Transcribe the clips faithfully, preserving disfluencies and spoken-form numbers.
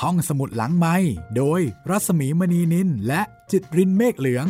ห้องสมุดหลังไมค์โดยรัศมีมณีนินและจิตรินเมฆเหลือง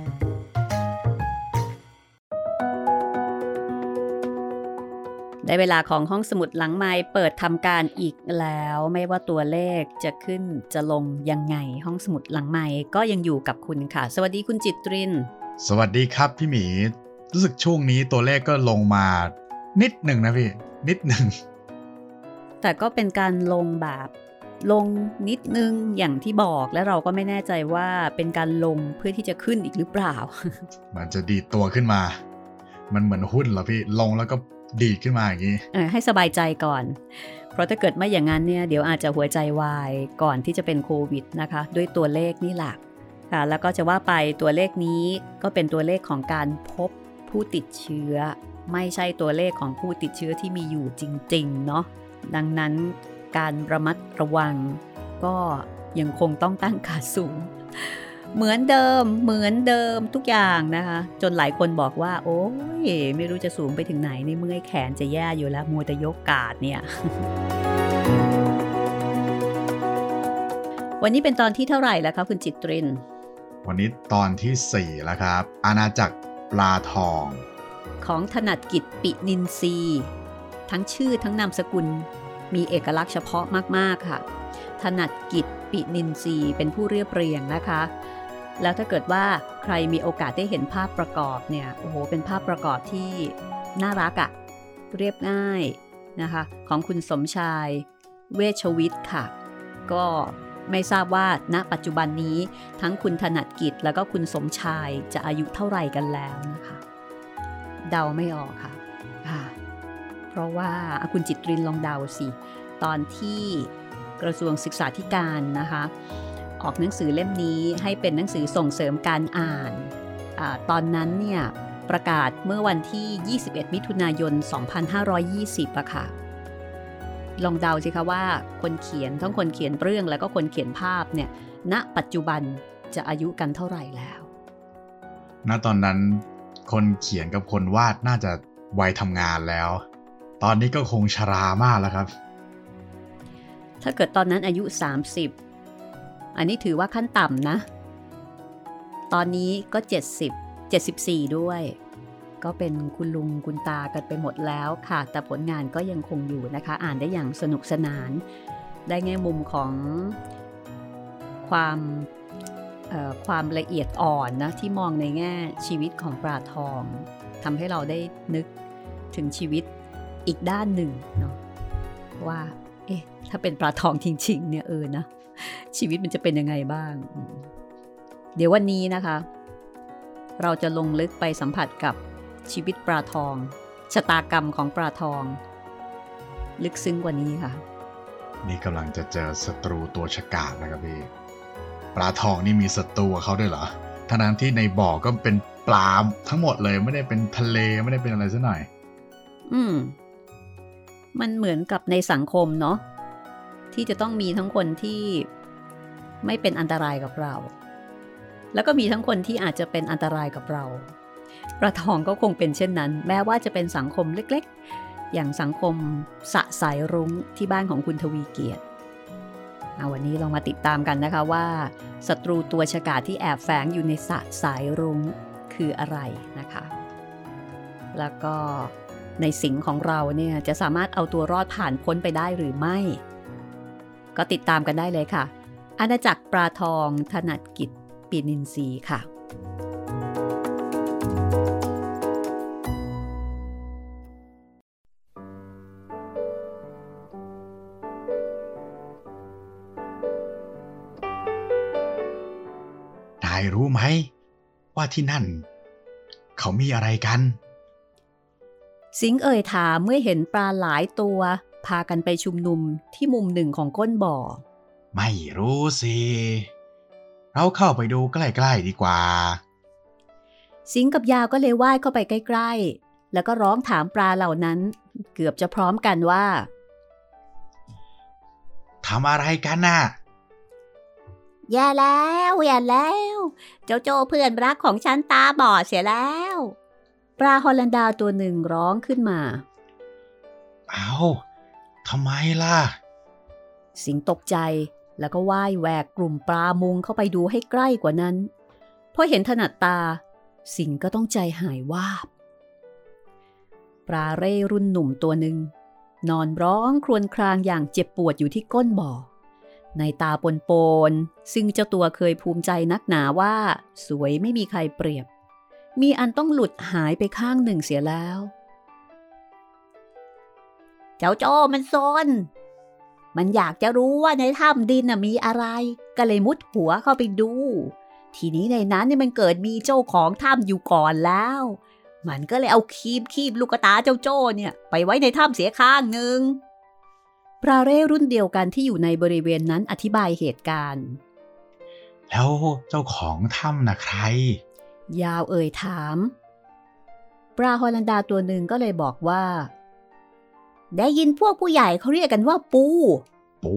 ได้เวลาของห้องสมุดหลังไมค์เปิดทำการอีกแล้วไม่ว่าตัวเลขจะขึ้นจะลงยังไงห้องสมุดหลังไมค์ก็ยังอยู่กับคุณค่ะสวัสดีคุณจิตรินสวัสดีครับพี่หมีรู้สึกช่วงนี้ตัวเลขก็ลงมานิดหนึ่งนะพี่นิดหนึ่งแต่ก็เป็นการลงแบบลงนิดนึงอย่างที่บอกและเราก็ไม่แน่ใจว่าเป็นการลงเพื่อที่จะขึ้นอีกหรือเปล่ามันจะดีดตัวขึ้นมามันเหมือนหุ้นเหรอพี่ลงแล้วก็ดีดขึ้นมาอย่างนี้เออให้สบายใจก่อนเพราะถ้าเกิดไม่อย่างนั้นเนี่ยเดี๋ยวอาจจะหัวใจวายก่อนที่จะเป็นโควิดนะคะด้วยตัวเลขนี่แหละค่ะแล้วก็จะว่าไปตัวเลขนี้ก็เป็นตัวเลขของการพบผู้ติดเชื้อไม่ใช่ตัวเลขของผู้ติดเชื้อที่มีอยู่จริงๆเนาะดังนั้นการระมัดระวังก็ยังคงต้องตั้งขาสูงเหมือนเดิมเหมือนเดิมทุกอย่างนะคะจนหลายคนบอกว่าโอ้ยไม่รู้จะสูงไปถึงไหนในเมื่อยแขนจะแย่อยู่แล้วมัวแต่ยกการ์ดเนี่ย วันนี้เป็นตอนที่เท่าไหร่แล้วครับคุณจิตรินวันนี้ตอนที่สี่แล้วครับอาณาจักรปลาทองของถนัดกิจปินินทรีทั้งชื่อทั้งนามสกุลมีเอกลักษณ์เฉพาะมากๆค่ะถนัดกิจปินินทรีเป็นผู้เรียบเรียงนะคะแล้วถ้าเกิดว่าใครมีโอกาสได้เห็นภาพประกอบเนี่ยโอ้โหเป็นภาพประกอบที่น่ารักอะเรียบง่ายนะคะของคุณสมชายเวชวิทย์ค่ะก็ไม่ทราบว่าณปัจจุบันนี้ทั้งคุณถนัดกิจแล้วก็คุณสมชายจะอายุเท่าไหร่กันแล้วนะคะเดาไม่ออกค่ะค่ะเพราะว่าคุณจิตรินลองเดาสิตอนที่กระทรวงศึกษาธิการนะคะออกหนังสือเล่มนี้ให้เป็นหนังสือส่งเสริมการอ่านอ่าตอนนั้นเนี่ยประกาศเมื่อวันที่ยี่สิบเอ็ดมิถุนายนสองพันห้าร้อยยี่สิบอะค่ะลองเดาสิคะว่าคนเขียนทั้งคนเขียนเรื่องแล้วก็คนเขียนภาพเนี่ยณปัจจุบันจะอายุกันเท่าไหร่แล้วณตอนนั้นคนเขียนกับคนวาดน่าจะวัยทำงานแล้วตอนนี้ก็คงชรามากแล้วครับถ้าเกิดตอนนั้นอายุสามสิบอันนี้ถือว่าขั้นต่ำนะตอนนี้ก็เจ็ดสิบ เจ็ดสิบสี่ด้วยก็เป็นคุณลุงคุณตากันไปหมดแล้วค่ะแต่ผลงานก็ยังคงอยู่นะคะอ่านได้อย่างสนุกสนานได้แง่มุมของความเอ่อความละเอียดอ่อนนะที่มองในแง่ชีวิตของปลาทองทำให้เราได้นึกถึงชีวิตอีกด้านหนึ่งเนาะว่าเอ๊ะถ้าเป็นปลาทองจริงๆเนี่ยเออนะชีวิตมันจะเป็นยังไงบ้างเดี๋ยววันนี้นะคะเราจะลงลึกไปสัมผัสกับชีวิตปลาทองชะตากรรมของปลาทองลึกซึ้งกว่านี้ค่ะนี่กำลังจะเจอศัตรูตัวฉกาจนะครับพี่ปลาทองนี่มีศัตรูกับเขาด้วยเหรอทั้งนั้นที่ในบ่อก็เป็นปลาทั้งหมดเลยไม่ได้เป็นทะเลไม่ได้เป็นอะไรซะหน่อยอืมมันเหมือนกับในสังคมเนาะที่จะต้องมีทั้งคนที่ไม่เป็นอันตรายกับเราแล้วก็มีทั้งคนที่อาจจะเป็นอันตรายกับเราปลาทองก็คงเป็นเช่นนั้นแม้ว่าจะเป็นสังคมเล็กๆอย่างสังคมสะสายรุ้งที่บ้านของคุณทวีเกียรติเอาวันนี้ลองมาติดตามกันนะคะว่าศัตรูตัวฉกาจที่แอบแฝงอยู่ในสะสายรุ้งคืออะไรนะคะแล้วก็ในสิงของเราเนี่ยจะสามารถเอาตัวรอดผ่านพ้นไปได้หรือไม่ก็ติดตามกันได้เลยค่ะอาณาจักรปลาทองถนัดกิจปินินทรีค่ะนายรู้ไหมว่าที่นั่นเขามีอะไรกันสิงเอ่ยถามเมื่อเห็นปลาหลายตัวพากันไปชุมนุมที่มุมหนึ่งของก้นบ่อไม่รู้สิเราเข้าไปดูใกล้ๆดีกว่าสิงกับยาวก็เลยว่ายเข้าไปใกล้ๆแล้วก็ร้องถามปลาเหล่านั้นเกือบจะพร้อมกันว่าทำอะไรกันน่ะอย่าแล้วอย่าแล้วเจ้าโจเพื่อนรักของฉันตาบอดเสียแล้วปลาฮอลันดาตัวหนึ่งร้องขึ้นมาเอ้าทำไมล่ะสิงตกใจแล้วก็ว่ายแหวกกลุ่มปลามุงเข้าไปดูให้ใกล้กว่านั้นพอเห็นถนัดตาสิงห์ก็ต้องใจหายวาบปลาเร่รุ่นหนุ่มตัวหนึ่งนอนร้องครวญครางอย่างเจ็บปวดอยู่ที่ก้นบ่อในตาปนๆซึ่งเจ้าตัวเคยภูมิใจนักหนาว่าสวยไม่มีใครเปรียบมีอันต้องหลุดหายไปข้างหนึ่งเสียแล้วเจ้าโจ้มันซนมันอยากจะรู้ว่าในถ้ำดินมีอะไรก็เลยมุดหัวเข้าไปดูทีนี้ในนั้นเนี่ยมันเกิดมีเจ้าของถ้ำอยู่ก่อนแล้วมันก็เลยเอาคีบคีบลูกตาเจ้าโจ้เนี่ยไปไว้ในถ้ำเสียข้างหนึ่งปลาเร่รุ่นเดียวกันที่อยู่ในบริเวณนั้นอธิบายเหตุการณ์แล้วเจ้าของถ้ำน่ะใครยาวเอ่ยถามปลาฮอลันดาตัวหนึ่งก็เลยบอกว่าได้ยินพวกผู้ใหญ่เขาเรียกกันว่าปูปู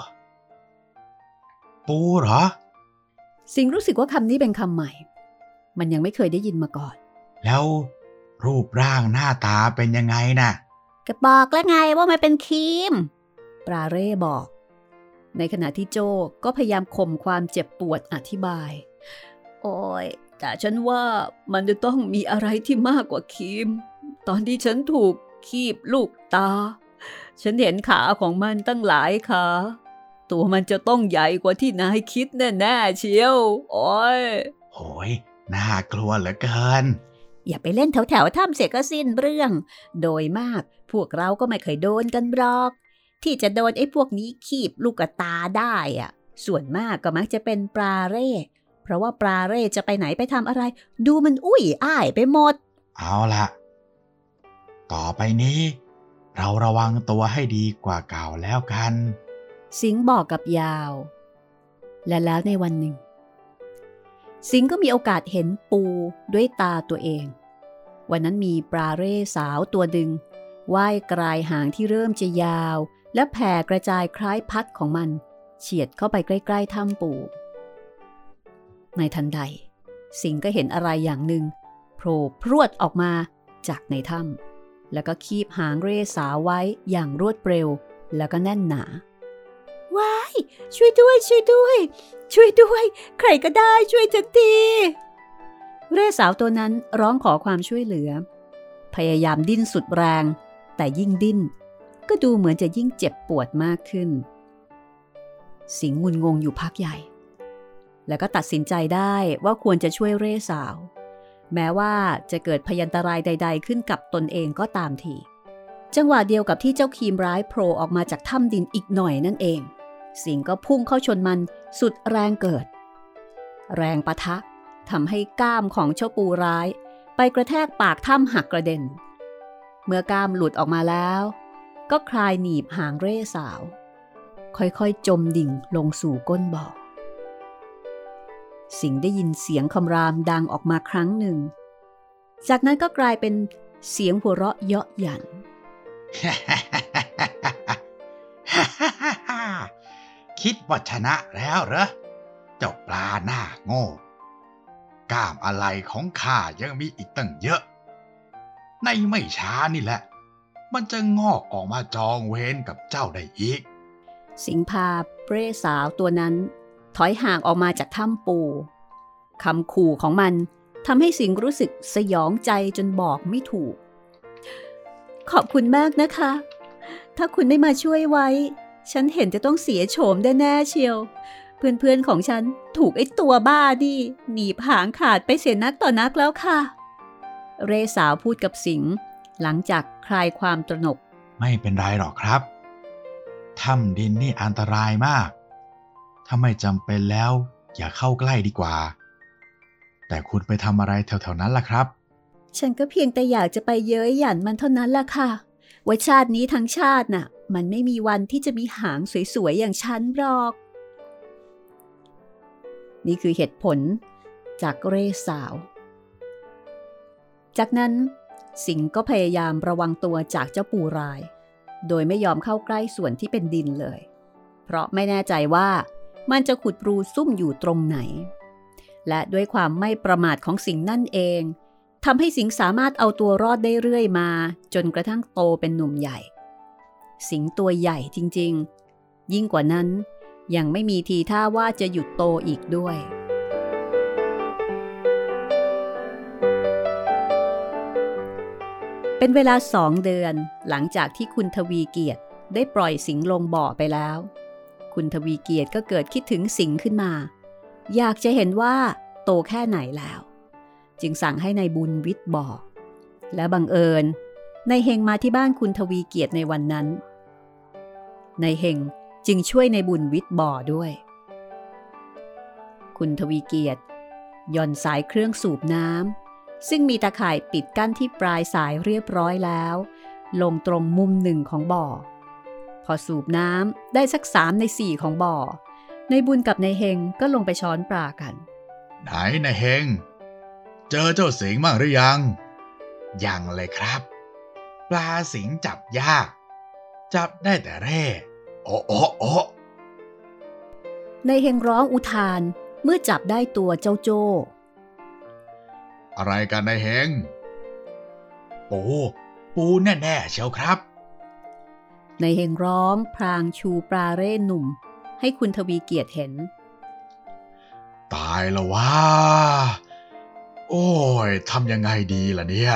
ปูเหรอสิงรู้สึกว่าคำนี้เป็นคำใหม่มันยังไม่เคยได้ยินมาก่อนแล้วรูปร่างหน้าตาเป็นยังไงน่ะก็บอกแล้วไงว่ามันเป็นครีมปลาเร่บอกในขณะที่โจก็พยายามข่มความเจ็บปวดอธิบายโอ้ยแต่ฉันว่ามันจะต้องมีอะไรที่มากกว่าครีมตอนที่ฉันถูกคีบลูกตาฉันเห็นขาของมันตั้งหลายขาตัวมันจะต้องใหญ่กว่าที่นายคิดแน่ๆเชียวโอ้ยโหยน่ากลัวเหลือเกินอย่าไปเล่นแถวๆถ้ำเสียก็สิ้นเรื่องโดยมากพวกเราก็ไม่เคยโดนกันหรอกที่จะโดนไอ้พวกนี้คีบลูกตาได้อะส่วนมากก็มักจะเป็นปลาเร่เพราะว่าปลาเร่จะไปไหนไปทำอะไรดูมันอุ้ยอ้ายไปหมดเอาล่ะต่อไปนี้เราระวังตัวให้ดีกว่าเก่าแล้วกันสิงห์บอกกับยาวและแล้วในวันหนึ่งสิงห์ก็มีโอกาสเห็นปูด้วยตาตัวเองวันนั้นมีปลาเร่สาวตัวหนึ่งว่ายกลายหางที่เริ่มจะยาวและแผ่กระจายคล้ายพัดของมันเฉียดเข้าไปใกล้ๆถ้ำปูในทันใดสิงห์ก็เห็นอะไรอย่างหนึ่งโผล่พรวดออกมาจากในถ้ำแล้วก็คีบหางเร่สาวไว้อย่างรวดเร็วแล้วก็แน่นหนาว้ายช่วยด้วยช่วยด้วยช่วยด้วยใครก็ได้ช่วยฉันทีเร่สาวตัวนั้นร้องขอความช่วยเหลือพยายามดิ้นสุดแรงแต่ยิ่งดิ้นก็ดูเหมือนจะยิ่งเจ็บปวดมากขึ้นสิงห์งุนงงอยู่พักใหญ่แล้วก็ตัดสินใจได้ว่าควรจะช่วยเร่สาวแม้ว่าจะเกิดพยันตรายใดๆขึ้นกับตนเองก็ตามทีจังหวะเดียวกับที่เจ้าครีมร้ายโผล่ออกมาจากถ้ำดินอีกหน่อยนั่นเองสิงห์ก็พุ่งเข้าชนมันสุดแรงเกิดแรงปะทะทำให้ก้ามของเจ้าปูร้ายไปกระแทกปากถ้ำหักกระเด็นเมื่อก้ามหลุดออกมาแล้วก็คลายหนีบหางเร่สาวค่อยๆจมดิ่งลงสู่ก้นบ่อสิงห์ได้ยินเสียงคำรามดังออกมาครั้งหนึ่งจากนั้นก็กลายเป็นเสียงหัวเราะเยาะหยันคิดว่าชนะแล้วเหรอเจ้าปลาหน้าโง่กล้ามอะไรของข้ายังมีอีกตั้งเยอะในไม่ช้านี่แหละมันจะงอกออกมาจองเวรกับเจ้าได้อีกสิงห์พาเปร่สาวตัวนั้นถอยห่างออกมาจากถ้ำปูคำขู่ของมันทำให้สิงห์รู้สึกสยองใจจนบอกไม่ถูกขอบคุณมากนะคะถ้าคุณไม่มาช่วยไว้ฉันเห็นจะต้องเสียโฉมแน่ๆเชียวเพื่อนๆของฉันถูกไอ้ตัวบ้านี่หนีบหางขาดไปเสียนักต่อนักแล้วค่ะเร่สาวพูดกับสิงห์หลังจากคลายความตระหนกไม่เป็นไรหรอกครับถ้ำดินนี่อันตรายมากถ้าไม่จำเป็นแล้วอย่าเข้าใกล้ดีกว่าแต่คุณไปทำอะไรแถวๆนั้นล่ะครับฉันก็เพียงแต่อยากจะไปเย้ยหยันมันเท่านั้นล่ะค่ะว่าชาตินี้ทั้งชาติน่ะมันไม่มีวันที่จะมีหางสวยๆอย่างฉันหรอกนี่คือเหตุผลจากเร่สาวจากนั้นสิงห์ก็พยายามระวังตัวจากเจ้าปูร้ายโดยไม่ยอมเข้าใกล้ส่วนที่เป็นดินเลยเพราะไม่แน่ใจว่ามันจะขุดรูซุ่มอยู่ตรงไหนและด้วยความไม่ประมาทของสิงห์นั่นเองทำให้สิงห์สามารถเอาตัวรอดได้เรื่อยมาจนกระทั่งโตเป็นหนุ่มใหญ่สิงห์ตัวใหญ่จริงๆยิ่งกว่านั้นยังไม่มีทีท่าว่าจะหยุดโตอีกด้วยเป็นเวลาสองเดือนหลังจากที่คุณทวีเกียรติได้ปล่อยสิงห์ลงบ่อไปแล้วคุณทวีเกียรติก็เกิดคิดถึงสิงห์ขึ้นมาอยากจะเห็นว่าโตแค่ไหนแล้วจึงสั่งให้นายบุญวิทย์บ่อและบังเอิญนายเฮงมาที่บ้านคุณทวีเกียรติในวันนั้นนายเฮงจึงช่วยนายบุญวิทย์บ่อด้วยคุณทวีเกียรติย่อนสายเครื่องสูบน้ำซึ่งมีตะข่ายปิดกั้นที่ปลายสายเรียบร้อยแล้วลงตรงมุมหนึ่งของบ่อพอสูบน้ำได้สักสามในสี่ของบ่อนายบุญกับนายเฮงก็ลงไปช้อนปลากันไหนนายเฮงเจอเจ้าสิงห์บ้างหรือยังยังเลยครับปลาสิงห์จับยากจับได้แต่แร่โอ้โอ้โอ้นายเฮงร้องอุทานเมื่อจับได้ตัวเจ้าโจ้อะไรกันนายเฮงปูปูแน่ๆเชียวครับนายเฮงร้องพลางชูปลาเร่หนุ่มให้คุณทวีเกียรติเห็นตายแล้ววะโอ้ยทำยังไงดีล่ะเนี่ย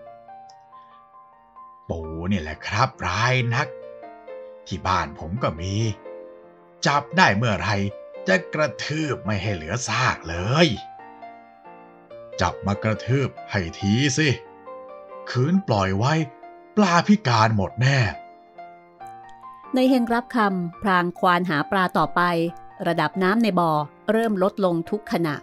ปูนี่แหละครับร้ายนักที่บ้านผมก็มีจับได้เมื่อไรจะกระทืบไม่ให้เหลือซากเลยจับมากระทืบให้ทีสิคืนปล่อยไว้ปลาพิการหมดแน่นายเฮงรับคำพลางควานหาปลาต่อไประดับน้ำในบ่อเริ่มลดลงทุกขณะ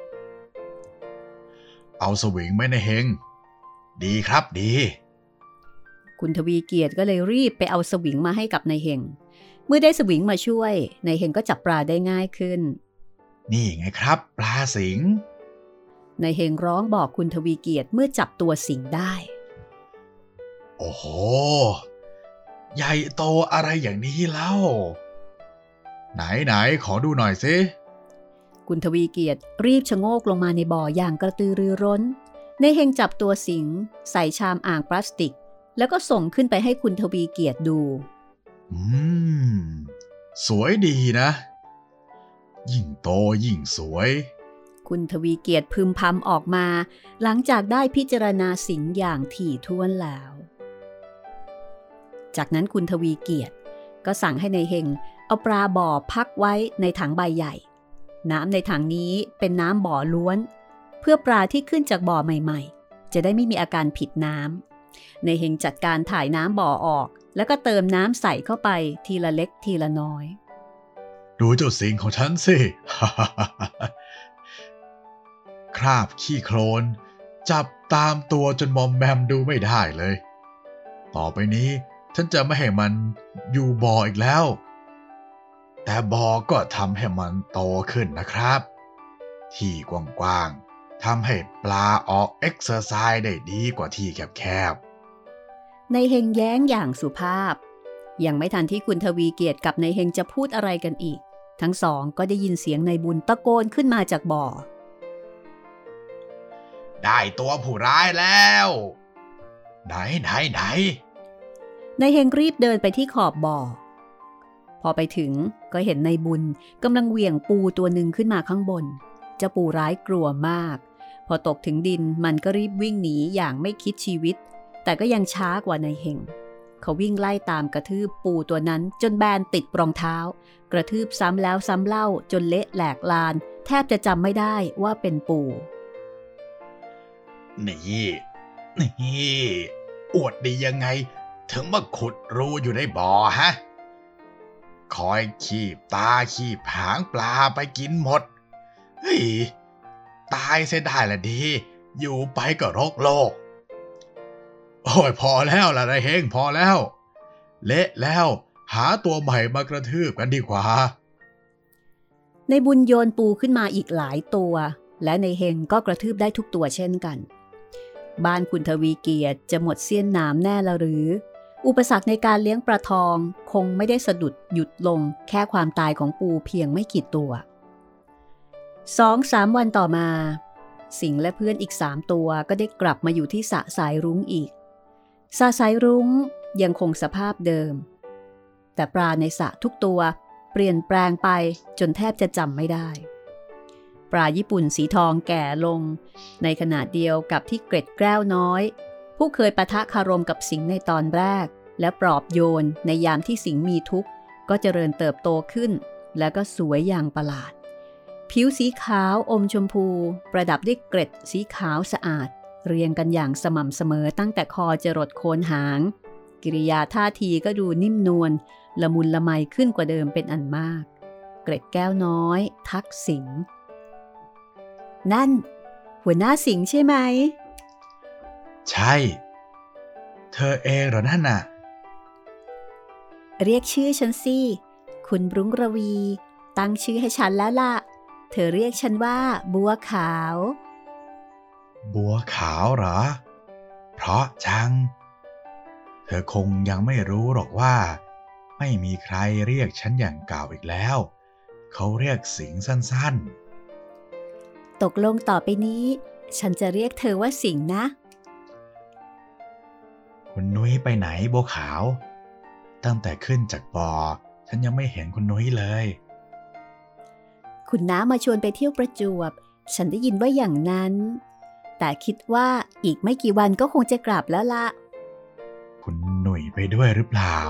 เอาสวิงไหมนายเฮงดีครับดีคุณทวีเกียรติก็เลยรีบไปเอาสวิงมาให้กับนายเฮงเมื่อได้สวิงมาช่วยนายเฮงก็จับปลาได้ง่ายขึ้นนี่ไงครับปลาสิงห์นายเฮงร้องบอกคุณทวีเกียรติเมื่อจับตัวสิงห์ได้โอ้โหใหญ่โตอะไรอย่างนี้เล่าไหนไหนขอดูหน่อยสิคุณทวีเกียรติรีบชะโงกลงมาในบ่ออย่างกระตือรือร้นนายเฮงจับตัวสิงห์ใส่ชามอ่างพลาสติกแล้วก็ส่งขึ้นไปให้คุณทวีเกียรติดูอืมสวยดีนะยิ่งโตยิ่งสวยคุณทวีเกียรติพึมพำออกมาหลังจากได้พิจารณาสิงห์อย่างถี่ถ้วนแล้วจากนั้นคุณทวีเกียรติก็สั่งให้นายเฮงเอาปลาบ่อพักไว้ในถังใบใหญ่น้ำในถังนี้เป็นน้ำบ่อล้วนเพื่อปลาที่ขึ้นจากบ่อใหม่ๆจะได้ไม่มีอาการผิดน้ำนายเฮงจัดการถ่ายน้ำบ่อออกแล้วก็เติมน้ำใส่เข้าไปทีละเล็กทีละน้อยดูเจ้าสิงห์ของฉันสิ คราบขี้โคลนจับตามตัวจนมอมแมมดูไม่ได้เลยต่อไปนี้ฉันจะไม่ให้มันอยู่บ่ออีกแล้วแต่บ่อก็ทำให้มันโตขึ้นนะครับที่กว้างๆทำให้ปลาออกเอ็กซ์เซอร์ไซส์ได้ดีกว่าที่แคบๆนายเฮงแย้งอย่างสุภาพยังไม่ทันที่คุณทวีเกียรติกับนายเฮงจะพูดอะไรกันอีกทั้งสองก็ได้ยินเสียงนายบุญตะโกนขึ้นมาจากบ่อได้ตัวผู้ร้ายแล้วไหนไหนไหนนายเฮงรีบเดินไปที่ขอบบ่อพอไปถึงก็เห็นนายบุญกำลังเหวี่ยงปูตัวหนึ่งขึ้นมาข้างบนเจ้าปูร้ายกลัวมากพอตกถึงดินมันก็รีบวิ่งหนีอย่างไม่คิดชีวิตแต่ก็ยังช้ากว่านายเฮงเขาวิ่งไล่ตามกระทืบปูตัวนั้นจนแบนติดรองเท้ากระทืบซ้ำแล้วซ้ำเล่าจนเละแหลกลานแทบจะจำไม่ได้ว่าเป็นปูนี่นี่อวดดียังไงถึงมาขุดรูอยู่ในบ่อฮะคอยขีบตาขีบหางปลาไปกินหมดเฮ้ยตายเสียได้ละดีอยู่ไปก็รกโลกโอ้ยพอแล้วล่ะนายเฮงพอแล้วเละแล้วหาตัวใหม่มากระทืบกันดีกว่าในบุญโยนปูขึ้นมาอีกหลายตัวและในเฮงก็กระทืบได้ทุกตัวเช่นกันบ้านคุณทวีเกียรติจะหมดเสี้ยนน้ำแน่ละหรืออุปสรรคในการเลี้ยงปลาทองคงไม่ได้สะดุดหยุดลงแค่ความตายของปูเพียงไม่กี่ตัวสองสามวันต่อมาสิงห์และเพื่อนอีกสามตัวก็ได้กลับมาอยู่ที่สระสายรุ้งอีกสระสายรุ้งยังคงสภาพเดิมแต่ปลาในสระทุกตัวเปลี่ยนแปลงไปจนแทบจะจำไม่ได้ปลาญี่ปุ่นสีทองแก่ลงในขณะเดียวกับที่เกร็ดแก้วน้อยผู้เคยปะทะคารมกับสิงห์ในตอนแรกและปลอบโยนในยามที่สิงห์มีทุกข์ก็เจริญเติบโตขึ้นแล้วก็สวยอย่างประหลาดผิวสีขาวอมชมพูประดับด้วยเกร็ดสีขาวสะอาดเรียงกันอย่างสม่ำเสมอตั้งแต่คอจรดโคนหางกิริยาท่าทีก็ดูนิ่มนวลละมุนละไมขึ้นกว่าเดิมเป็นอันมากเกร็ดแก้วน้อยทักสิงห์นั่นหัวหน้าสิงห์ใช่ไหมใช่เธอเองเหรอนั่นน่ะเรียกชื่อฉันสิคุณบรุ้งระวีตั้งชื่อให้ฉันแล้วล่ะเธอเรียกฉันว่าบัวขาวบัวขาวเหรอเพราะจังเธอคงยังไม่รู้หรอกว่าไม่มีใครเรียกฉันอย่างเก่าอีกแล้วเขาเรียกสิงห์สั้นๆตกลงต่อไปนี้ฉันจะเรียกเธอว่าสิงห์นะคุณนุ้ยไปไหนบัวขาวตั้งแต่ขึ้นจากบ่อฉันยังไม่เห็นคุณนุ้ยเลยคุณน้ามาชวนไปเที่ยวประจวบฉันได้ยินว่าอย่างนั้นแต่คิดว่าอีกไม่กี่วันก็คงจะกลับแล้วละคุณหนุ่ยไปด้วยหรือเปล่า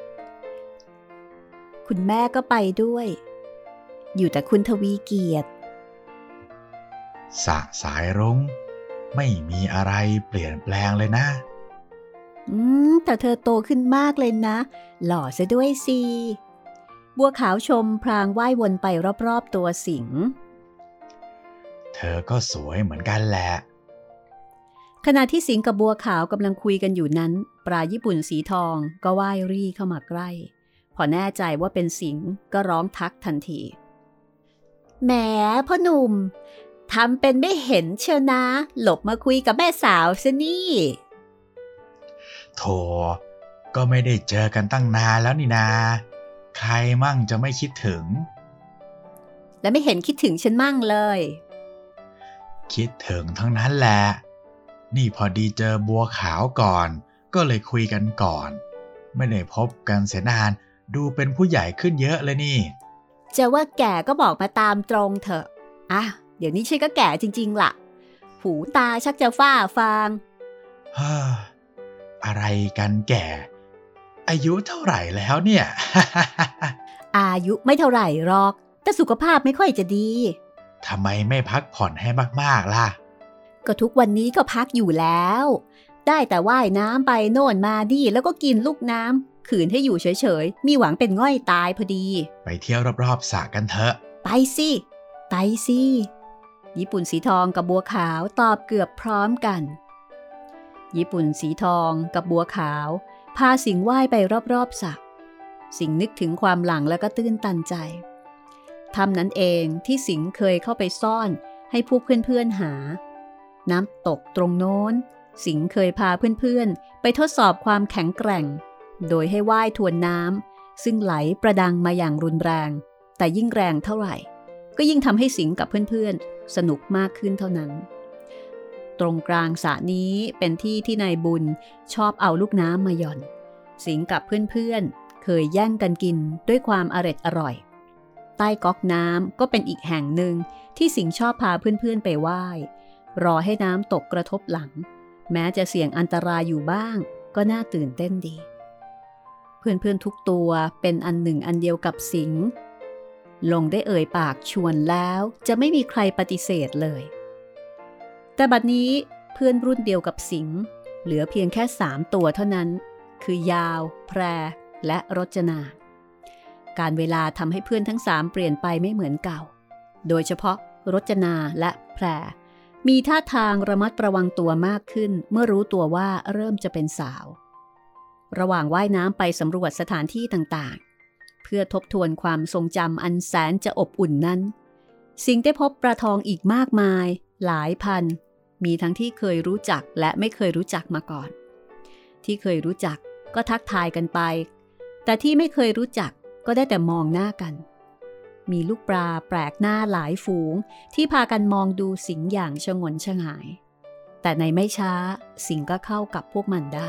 คุณแม่ก็ไปด้วยอยู่แต่คุณทวีเกียรติสะสายรุ้งไม่มีอะไรเปลี่ยนแปลงเลยนะอืมแต่เธอโตขึ้นมากเลยนะหล่อซะด้วยสิบัวขาวชมพลางว่ายวนไปรอบๆตัวสิงห์เธอก็สวยเหมือนกันแหละขณะที่สิงห์กับบัวขาวกำลังคุยกันอยู่นั้นปลาญี่ปุ่นสีทองก็ว่ายรี่เข้ามาใกล้พอแน่ใจว่าเป็นสิงห์ก็ร้องทักทันทีแหมพ่อหนุ่มทำเป็นไม่เห็นเชียวนะหลบมาคุยกับแม่สาวซะนี่โธ่ก็ไม่ได้เจอกันตั้งนานแล้วนี่นาใครมั่งจะไม่คิดถึงและไม่เห็นคิดถึงฉันมั่งเลยคิดถึงทั้งนั้นแหละนี่พอดีเจอบัวขาวก่อนก็เลยคุยกันก่อนไม่ได้พบกันเสียนานดูเป็นผู้ใหญ่ขึ้นเยอะเลยนี่จะว่าแก่ก็บอกมาตามตรงเถอะอ่ะเดี๋ยวนี้ฉันก็แก่จริงๆล่ะหูตาชักจะฝ้าฟางฮ่าอะไรกันแก่อายุเท่าไหร่แล้วเนี่ยอายุไม่เท่าไหร่หรอกแต่สุขภาพไม่ค่อยจะดีทำไมไม่พักผ่อนให้มากๆล่ะก็ทุกวันนี้ก็พักอยู่แล้วได้แต่ว่ายน้ำไปโน่นมาดีแล้วก็กินลูกน้ำขืนให้อยู่เฉยๆมีหวังเป็นง่อยตายพอดีไปเที่ยวรอบๆสระกันเถอะไปสิไปสิญี่ปุ่นสีทองกับบัวขาวตอบเกือบพร้อมกันญี่ปุ่นสีทองกับบัวขาวพาสิงห์ว่ายไปรอบๆสระสิงห์นึกถึงความหลังแล้วก็ตื้นตันใจทำนั้นเองที่สิงห์เคยเข้าไปซ่อนให้พวกเพื่อนๆหาน้ำตกตรงโน้นสิงห์เคยพาเพื่อนๆไปทดสอบความแข็งแกร่งโดยให้ว่ายทวนน้ำซึ่งไหลประดังมาอย่างรุนแรงแต่ยิ่งแรงเท่าไหร่ก็ยิ่งทำให้สิงห์กับเพื่อนๆสนุกมากขึ้นเท่านั้นตรงกลางสระนี้เป็นที่ที่นายบุญชอบเอาลูกน้ำมาหย่อนสิงห์กับเพื่อนๆเคยแย่งกันกินด้วยความอร็ดอร่อยใต้ก๊อกน้ำก็เป็นอีกแห่งหนึ่งที่สิงห์ชอบพาเพื่อนๆไปว่ายรอให้น้ำตกกระทบหลังแม้จะเสี่ยงอันตรายอยู่บ้างก็น่าตื่นเต้นดีเพื่อนๆทุกตัวเป็นอันหนึ่งอันเดียวกับสิงห์ลงได้เอ่ยปากชวนแล้วจะไม่มีใครปฏิเสธเลยแต่บัดนี้เพื่อนรุ่นเดียวกับสิงห์เหลือเพียงแค่สามตัวเท่านั้นคือยาวแพรและรจนาการเวลาทำให้เพื่อนทั้งสามเปลี่ยนไปไม่เหมือนเก่าโดยเฉพาะรจนาและแพรมีท่าทางระมัดระวังตัวมากขึ้นเมื่อรู้ตัวว่าเริ่มจะเป็นสาวระหว่างว่ายน้ำไปสำรวจสถานที่ต่างๆเพื่อทบทวนความทรงจำอันแสนจะอบอุ่นนั้นสิงห์ได้พบปลาทองอีกมากมายหลายพันมีทั้งที่เคยรู้จักและไม่เคยรู้จักมาก่อนที่เคยรู้จักก็ทักทายกันไปแต่ที่ไม่เคยรู้จักก็ได้แต่มองหน้ากันมีลูกปลาแปลกหน้าหลายฝูงที่พากันมองดูสิงห์อย่างชงนชงายแต่ในไม่ช้าสิงห์ก็เข้ากับพวกมันได้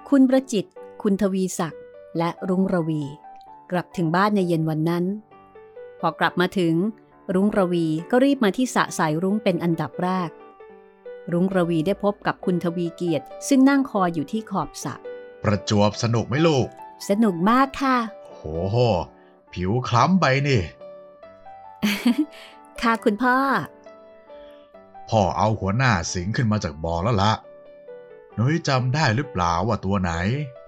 คุณประจิตรคุณทวีศักดิ์และรุ้งระวีกลับถึงบ้านในเย็นวันนั้นพอกลับมาถึงรุ้งระวีก็รีบมาที่สระสายรุ้งเป็นอันดับแรกรุ้งระวีได้พบกับคุณทวีเกียรติซึ่งนั่งคอยอยู่ที่ขอบสระประจวบสนุกไหมลูกสนุกมากค่ะโหผิวคล้ำไปนี่ค่ะคุณพ่อพ่อเอาหัวหน้าสิงขึ้นมาจากบ่อแล้วละหนูจำได้หรือเปล่าว่าตัวไหน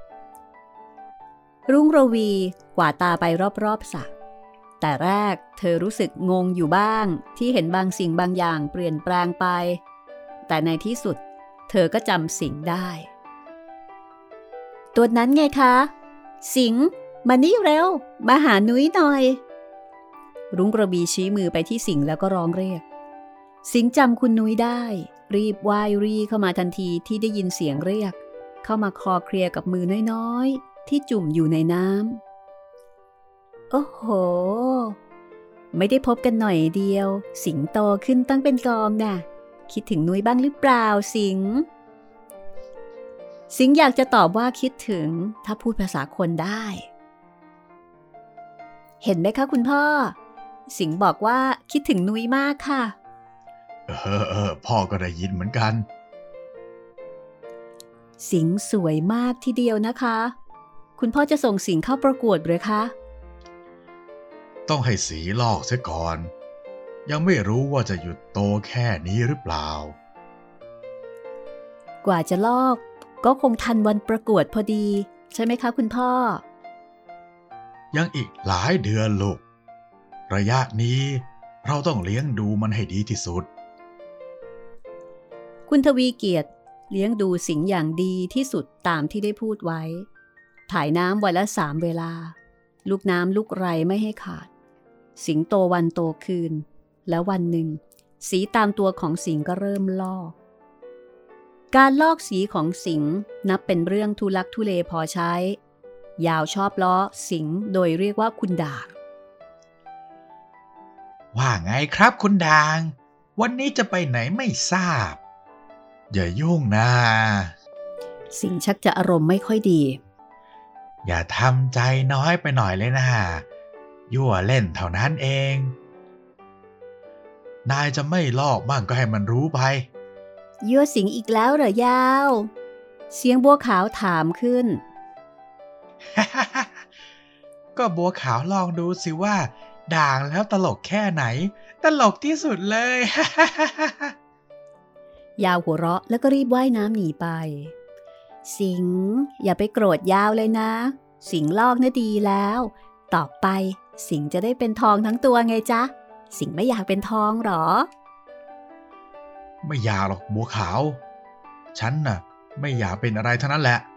รุ่งระวีกวาดตาไปรอบๆสระแต่แรกเธอรู้สึกงงอยู่บ้างที่เห็นบางสิ่งบางอย่างเปลี่ยนแปลงไปแต่ในที่สุดเธอก็จำสิงได้ตัวนั้นไงคะสิงมานี่เร็วมาหานุ้ยหน่อยรุ่งระวีชี้มือไปที่สิงแล้วก็ร้องเรียกสิงจำคุณนุ้ยได้รีบว่ายรีเข้ามาทันทีที่ได้ยินเสียงเรียกเข้ามาคลอเคลียกับมือน้อยๆที่จุ่มอยู่ในน้ำโอ้โหไม่ได้พบกันหน่อยเดียวสิงโตขึ้นตั้งเป็นกองน่ะคิดถึงนุ้ยบ้างหรือเปล่าสิงสิงอยากจะตอบว่าคิดถึงถ้าพูดภาษาคนได้เห็นไหมคะคุณพ่อสิงบอกว่าคิดถึงนุ้ยมากค่ะเออเออพ่อก็ได้ยินเหมือนกันสิงสวยมากทีเดียวนะคะคุณพ่อจะส่งสิงเข้าประกวดหรือคะต้องให้สีลอกเสียก่อนยังไม่รู้ว่าจะหยุดโตแค่นี้หรือเปล่ากว่าจะลอกก็คงทันวันประกวดพอดีใช่ไหมคะคุณพ่อยังอีกหลายเดือนลูกระยะนี้เราต้องเลี้ยงดูมันให้ดีที่สุดคุณทวีเกียรติเลี้ยงดูสิงอย่างดีที่สุดตามที่ได้พูดไว้ถ่ายน้ำวันละสามเวลาลูกน้ำลูกไรไม่ให้ขาดสิงโตวันโตคืนแล้ววันหนึ่งสีตามตัวของสิงก็เริ่มลอกการลอกสีของสิงนับเป็นเรื่องทุลักทุเลพอใช้ยาวชอบล้อสิงโดยเรียกว่าคุณด่างว่าไงครับคุณด่างวันนี้จะไปไหนไม่ทราบอย่ายุ่งนะสิงชักจะอารมณ์ไม่ค่อยดีอย่าทำใจน้อยไปหน่อยเลยนะยั่วเล่นเท่านั้นเองนายจะไม่ลอกบ้างก็ให้มันรู้ไปยั่วสิงอีกแล้วเหรอยาวเสียงบัวขาวถามขึ้นก็บัวขาวลองดูสิว่าด่างแล้วตลกแค่ไหนตลกที่สุดเลยยาวหัวเราะแล้วก็รีบว่ายน้ำหนีไปสิงอย่าไปโกรธยาวเลยนะสิงลอกนะดีแล้วต่อไปสิงจะได้เป็นทองทั้งตัวไงจ๊ะสิงไม่อยากเป็นทองหรอไม่อยากหรอกบัวขาวฉันน่ะไม่อยากเป็นอะไรทั้งนั้นแหละ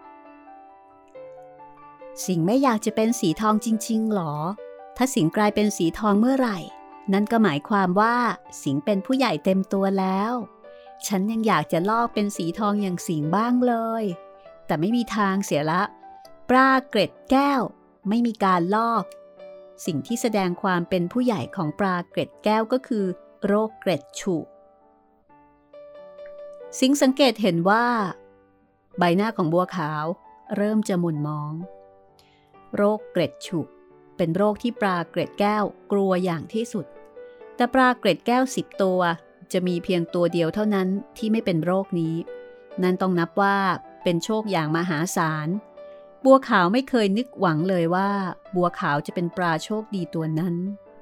สิงไม่อยากจะเป็นสีทองจริงๆหรอถ้าสิงกลายเป็นสีทองเมื่อไหร่นั่นก็หมายความว่าสิงเป็นผู้ใหญ่เต็มตัวแล้วฉันยังอยากจะลอกเป็นสีทองอย่างสิงบ้างเลยแต่ไม่มีทางเสียละปลาเกร็ดแก้วไม่มีการลอกสิ่งที่แสดงความเป็นผู้ใหญ่ของปลาเกร็ดแก้วก็คือโรคเกร็ดฉุสิงสังเกตเห็นว่าใบหน้าของบัวขาวเริ่มจะหม่นหมองโรคเกร็ดฉุเป็นโรคที่ปลาเกร็ดแก้วกลัวอย่างที่สุดแต่ปลาเกร็ดแก้วสิบตัวจะมีเพียงตัวเดียวเท่านั้นที่ไม่เป็นโรคนี้นั่นต้องนับว่าเป็นโชคอย่างมหาศาลบัวขาวไม่เคยนึกหวังเลยว่าบัวขาวจะเป็นปลาโชคดีตัวนั้น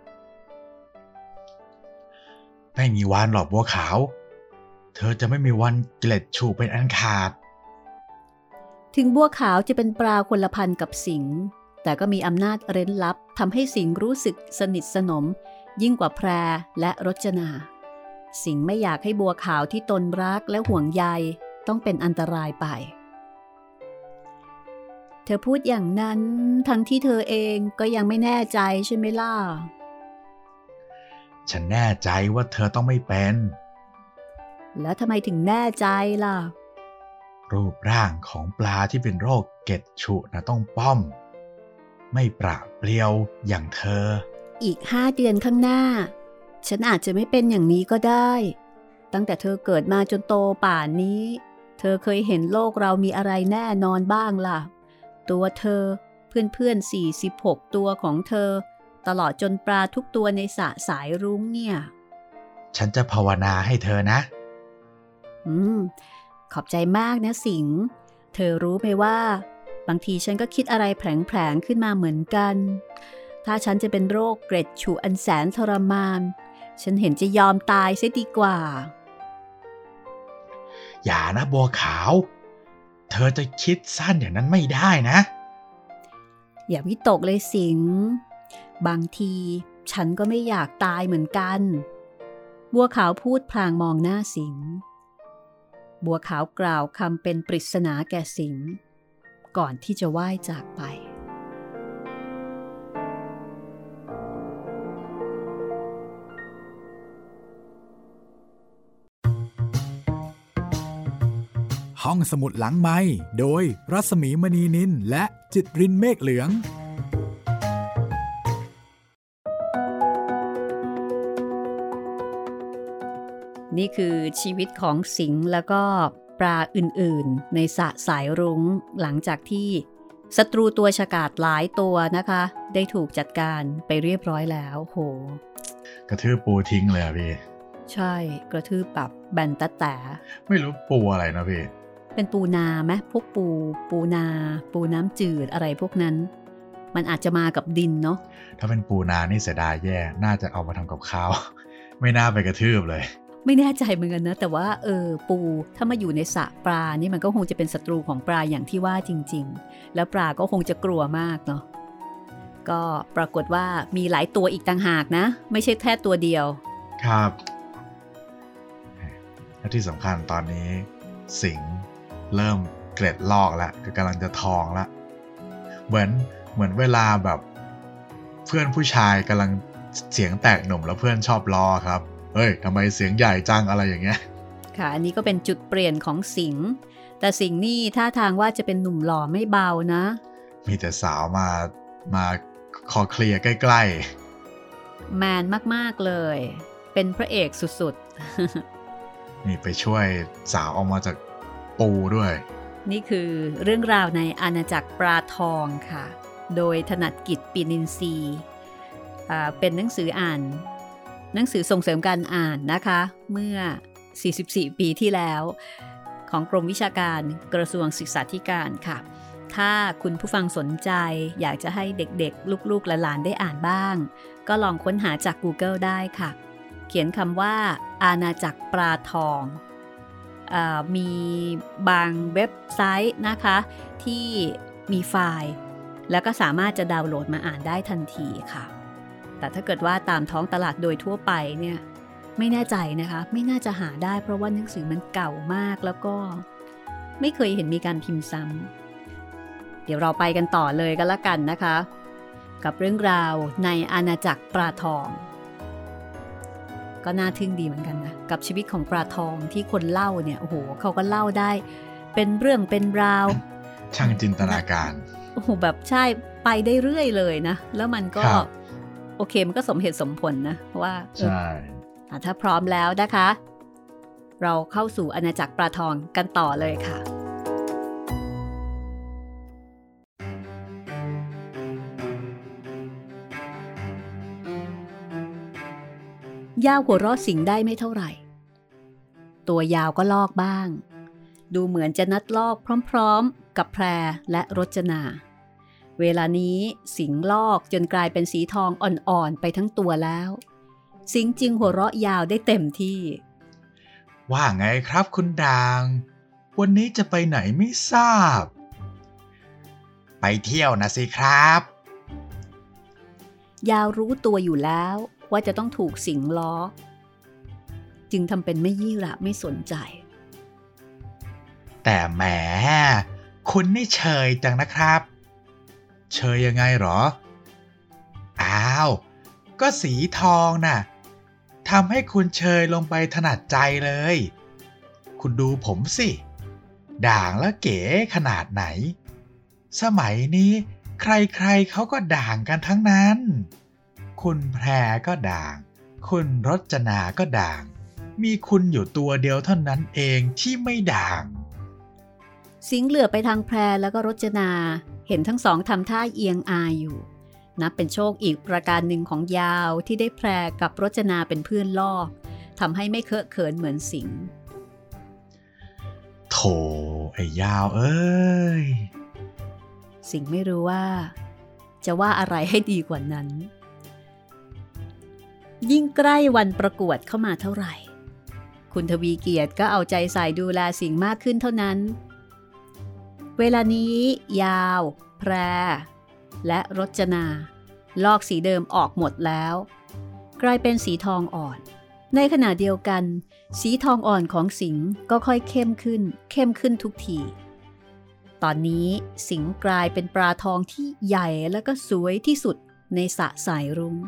ไม่มีวันหรอกบัวขาวเธอจะไม่มีวันเกล็ดฉูกเป็นอันขาดถึงบัวขาวจะเป็นปลาคนละพันธุ์กับสิงห์แต่ก็มีอำนาจเร้นลับทำให้สิงห์รู้สึกสนิทสนมยิ่งกว่าแพรและรจนาสิงห์ไม่อยากให้บัวขาวที่ตนรักและห่วงใยต้องเป็นอันตรายไปเธอพูดอย่างนั้นทั้งที่เธอเองก็ยังไม่แน่ใจใช่ไหมล่ะฉันแน่ใจว่าเธอต้องไม่เป็นแล้วทำไมถึงแน่ใจล่ะรูปร่างของปลาที่เป็นโรคเกล็ดฉุนะต้องป้อมไม่ประเปรียวอย่างเธออีกห้าเดือนข้างหน้าฉันอาจจะไม่เป็นอย่างนี้ก็ได้ตั้งแต่เธอเกิดมาจนโตป่านนี้เธอเคยเห็นโลกเรามีอะไรแน่นอนบ้างล่ะตัวเธอเพื่อนๆสี่สิบหกตัวของเธอตลอดจนปลาทุกตัวในสระสายรุ้งเนี่ยฉันจะภาวนาให้เธอนะอืมขอบใจมากนะสิงห์เธอรู้ไหมว่าบางทีฉันก็คิดอะไรแผลงๆขึ้นมาเหมือนกันถ้าฉันจะเป็นโรคเกร็ดฉุอันแสนทรมานฉันเห็นจะยอมตายเสียดีกว่าอย่านะบัวขาวเธอจะคิดสั้นอย่างนั้นไม่ได้นะอย่าวิตกเลยสิงห์บางทีฉันก็ไม่อยากตายเหมือนกันบัวขาวพูดพลางมองหน้าสิงห์บัวขาวกล่าวคำเป็นปริศนาแก่สิงห์ก่อนที่จะว่ายจากไปห้องสมุดหลังไมค์โดยรัศมีมณีนินและจิตรินเมฆเหลืองนี่คือชีวิตของสิงห์แล้วก็ปลาอื่นๆในสระสายรุ้งหลังจากที่ศัตรูตัวฉกาจหลายตัวนะคะได้ถูกจัดการไปเรียบร้อยแล้วโหกระทืบปูทิ้งเลยอะพี่ใช่กระทืบแบบแบนตะแต่ไม่รู้ปูอะไรนะพี่เป็นปูนาไหมพวกปูปูนาปูน้ำจืดอะไรพวกนั้นมันอาจจะมากับดินเนาะถ้าเป็นปูนานี่เสียดายแย่น่าจะเอามาทำกับข้าวไม่น่าไปกระทืบเลยไม่แน่ใจเหมือนกันนะแต่ว่าเออปูถ้ามาอยู่ในสระปลานี่มันก็คงจะเป็นศัตรูของปลาอย่างที่ว่าจริงๆแล้วปลาก็คงจะกลัวมากเนาะก็ปรากฏว่ามีหลายตัวอีกต่างหากนะไม่ใช่แค่ตัวเดียวครับและที่สำคัญตอนนี้สิงห์เริ่มเกล็ดลอกแล้วคือกำลังจะทองแล้วเหมือนเหมือนเวลาแบบเพื่อนผู้ชายกำลังเสียงแตกหนุ่มแล้วเพื่อนชอบล้อครับเฮ้ยทำไมเสียงใหญ่จังอะไรอย่างเงี้ยค่ะอันนี้ก็เป็นจุดเปลี่ยนของสิงห์แต่สิงห์นี่ท่าทางว่าจะเป็นหนุ่มหล่อไม่เบานะมีแต่สาวมามาคอเคลียร์ใกล้ๆแมนมากๆเลยเป็นพระเอกสุดๆนี่ไปช่วยสาวออกมาจากปูด้วยนี่คือเรื่องราวในอาณาจักรปลาทองค่ะโดยถนัดกิจปีนินทรีย์เป็นหนังสืออ่านหนังสือส่งเสริมการอ่านนะคะเมื่อสี่สิบสี่ปีที่แล้วของกรมวิชาการกระทรวงศึกษาธิการค่ะถ้าคุณผู้ฟังสนใจอยากจะให้เด็กๆลูกๆหลานๆได้อ่านบ้างก็ลองค้นหาจาก Google ได้ค่ะเขียนคำว่าอาณาจักรปลาทองเอ่อมีบางเว็บไซต์นะคะที่มีไฟล์แล้วก็สามารถจะดาวน์โหลดมาอ่านได้ทันทีค่ะแต่ถ้าเกิดว่าตามท้องตลาดโดยทั่วไปเนี่ยไม่แน่ใจนะคะไม่น่าจะหาได้เพราะว่าหนังสือมันเก่ามากแล้วก็ไม่เคยเห็นมีการพิมพ์ซ้ำเดี๋ยวเราไปกันต่อเลยกันละกันนะคะกับเรื่องราวในอาณาจักรปลาทองก็น่าทึ่งดีเหมือนกันนะกับชีวิตของปลาทองที่คนเล่าเนี่ยโอ้โหเขาก็เล่าได้เป็นเรื่องเป็นราวช่างจินตนาการโอ้โหแบบใช่ไปได้เรื่อยเลยนะแล้วมันก็โอเคมันก็สมเหตุสมผลนะว่าใช่ถ้าพร้อมแล้วนะคะเราเข้าสู่อาณาจักรปลาทองกันต่อเลยค่ะยาวหัวเราะสิงได้ไม่เท่าไหร่ตัวยาวก็ลอกบ้างดูเหมือนจะนัดลอกพร้อมๆกับแพรและรจนาเวลานี้สิงลอกจนกลายเป็นสีทองอ่อนๆไปทั้งตัวแล้วสิงจึงหัวเราะยาวได้เต็มที่ว่าไงครับคุณด่างวันนี้จะไปไหนไม่ทราบไปเที่ยวนะสิครับยาวรู้ตัวอยู่แล้วว่าจะต้องถูกสิงล้อจึงทำเป็นไม่ยี่ระไม่สนใจแต่แหมคุณนี่เชยจังนะครับเชยยังไงหรออ้าวก็สีทองน่ะทำให้คุณเชยลงไปถนัดใจเลยคุณดูผมสิด่างและเก๋ขนาดไหนสมัยนี้ใครๆเขาก็ด่างกันทั้งนั้นคุณแพรก็ด่างคุณรจนาก็ด่างมีคุณอยู่ตัวเดียวเท่านั้นเองที่ไม่ด่างสิงห์เหลือไปทางแพรแล้วก็รจนาเห็นทั้งสองทำท่าเอียงอายอยู่นับเป็นโชคอีกประการหนึ่งของยาวที่ได้แพรกับรจนาเป็นเพื่อนลอกทำให้ไม่เคอะเขินเหมือนสิงห์โธ่ไอ้ยาวเอ้ยสิงห์ไม่รู้ว่าจะว่าอะไรให้ดีกว่านั้นยิ่งใกล้วันประกวดเข้ามาเท่าไหร่คุณทวีเกียรติก็เอาใจใส่ดูแลสิงห์มากขึ้นเท่านั้นเวลานี้ยาวแพรและรจนาลอกสีเดิมออกหมดแล้วกลายเป็นสีทองอ่อนในขณะเดียวกันสีทองอ่อนของสิงห์ก็ค่อยเข้มขึ้นเข้มขึ้นทุกทีตอนนี้สิงห์กลายเป็นปลาทองที่ใหญ่และก็สวยที่สุดในสระสายรุ้ง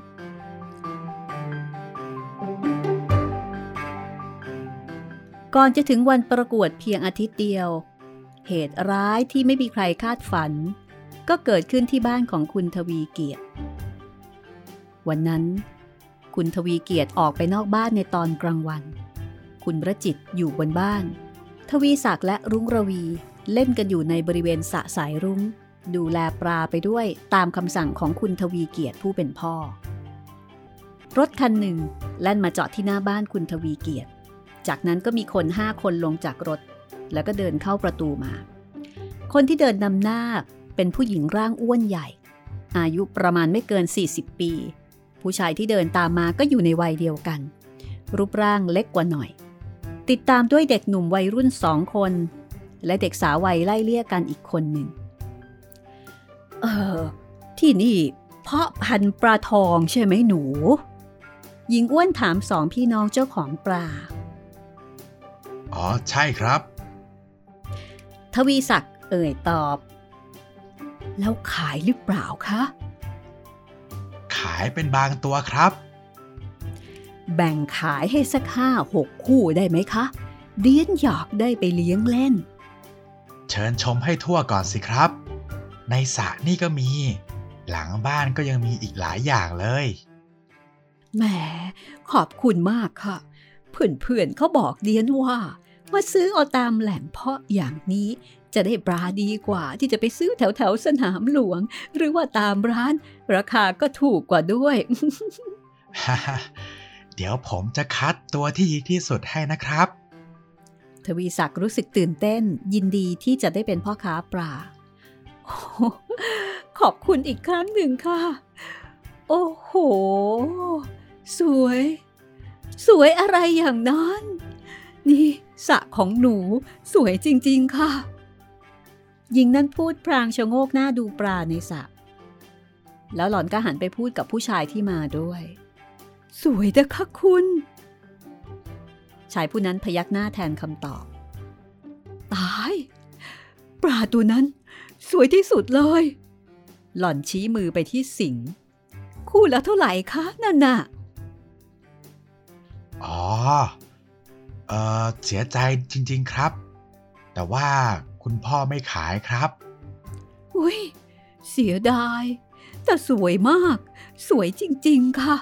ก่อนจะถึงวันประกวดเพียงอาทิตย์เดียวเหตุร้ายที่ไม่มีใครคาดฝันก็เกิดขึ้นที่บ้านของคุณทวีเกียรติวันนั้นคุณทวีเกียรติออกไปนอกบ้านในตอนกลางวันคุณประจิตอยู่บนบ้านทวีศักดิ์และรุ้งระวีเล่นกันอยู่ในบริเวณสระสายรุ้งดูแลปลาไปด้วยตามคำสั่งของคุณทวีเกียรติผู้เป็นพ่อรถคันหนึ่งแล่นมาจอดที่หน้าบ้านคุณทวีเกียรติจากนั้นก็มีคนห้าคนลงจากรถแล้วก็เดินเข้าประตูมาคนที่เดินนำหน้าเป็นผู้หญิงร่างอ้วนใหญ่อายุประมาณไม่เกินสี่สิบปีผู้ชายที่เดินตามมาก็อยู่ในวัยเดียวกันรูปร่างเล็กกว่าหน่อยติดตามด้วยเด็กหนุ่มวัยรุ่นสองคนและเด็กสาววัยไล่เลี่ยกันอีกคนหนึ่งเออที่นี่เพาะพันธุ์ปลาทองใช่ไหมหนูหญิงอ้วนถามสองพี่น้องเจ้าของปลาอ๋อใช่ครับทวีศักดิ์เอ่ยตอบแล้วขายหรือเปล่าคะขายเป็นบางตัวครับแบ่งขายให้สักห้าหกคู่ได้ไหมคะเดียนอยากได้ไปเลี้ยงเล่นเชิญชมให้ทั่วก่อนสิครับในสระนี่ก็มีหลังบ้านก็ยังมีอีกหลายอย่างเลยแหมขอบคุณมากค่ะเพื่อนๆเขาบอกเดียนว่ามาซื้อเอาตามแหล่งเพาะอย่างนี้จะได้ปลาดีกว่าที่จะไปซื้อแถวๆสนามหลวงหรือว่าตามร้านราคาก็ถูกกว่าด้วยเดี๋ยวผมจะคัดตัวที่ดีที่สุดให้นะครับทวีศักดิ์รู้สึกตื่นเต้นยินดีที่จะได้เป็นพ่อค้าปลาขอบคุณอีกครั้งหนึ่งค่ะโอ้โหสวยสวยอะไรอย่างนั้นนี่สระของหนูสวยจริงๆค่ะหญิงนั้นพูดพลางชะโงกหน้าดูปลาในสระแล้วหล่อนก็หันไปพูดกับผู้ชายที่มาด้วยสวยนะคะคุณชายผู้นั้นพยักหน้าแทนคำตอบตายปลาตัวนั้นสวยที่สุดเลยหล่อนชี้มือไปที่สิงห์คู่ละเท่าไหร่คะนั่นน่ะอ๋อเออเสียใจจริงๆครับแต่ว่าคุณพ่อไม่ขายครับอุ้ยเสียดายแต่สวยมากสวยจริงๆค่ะ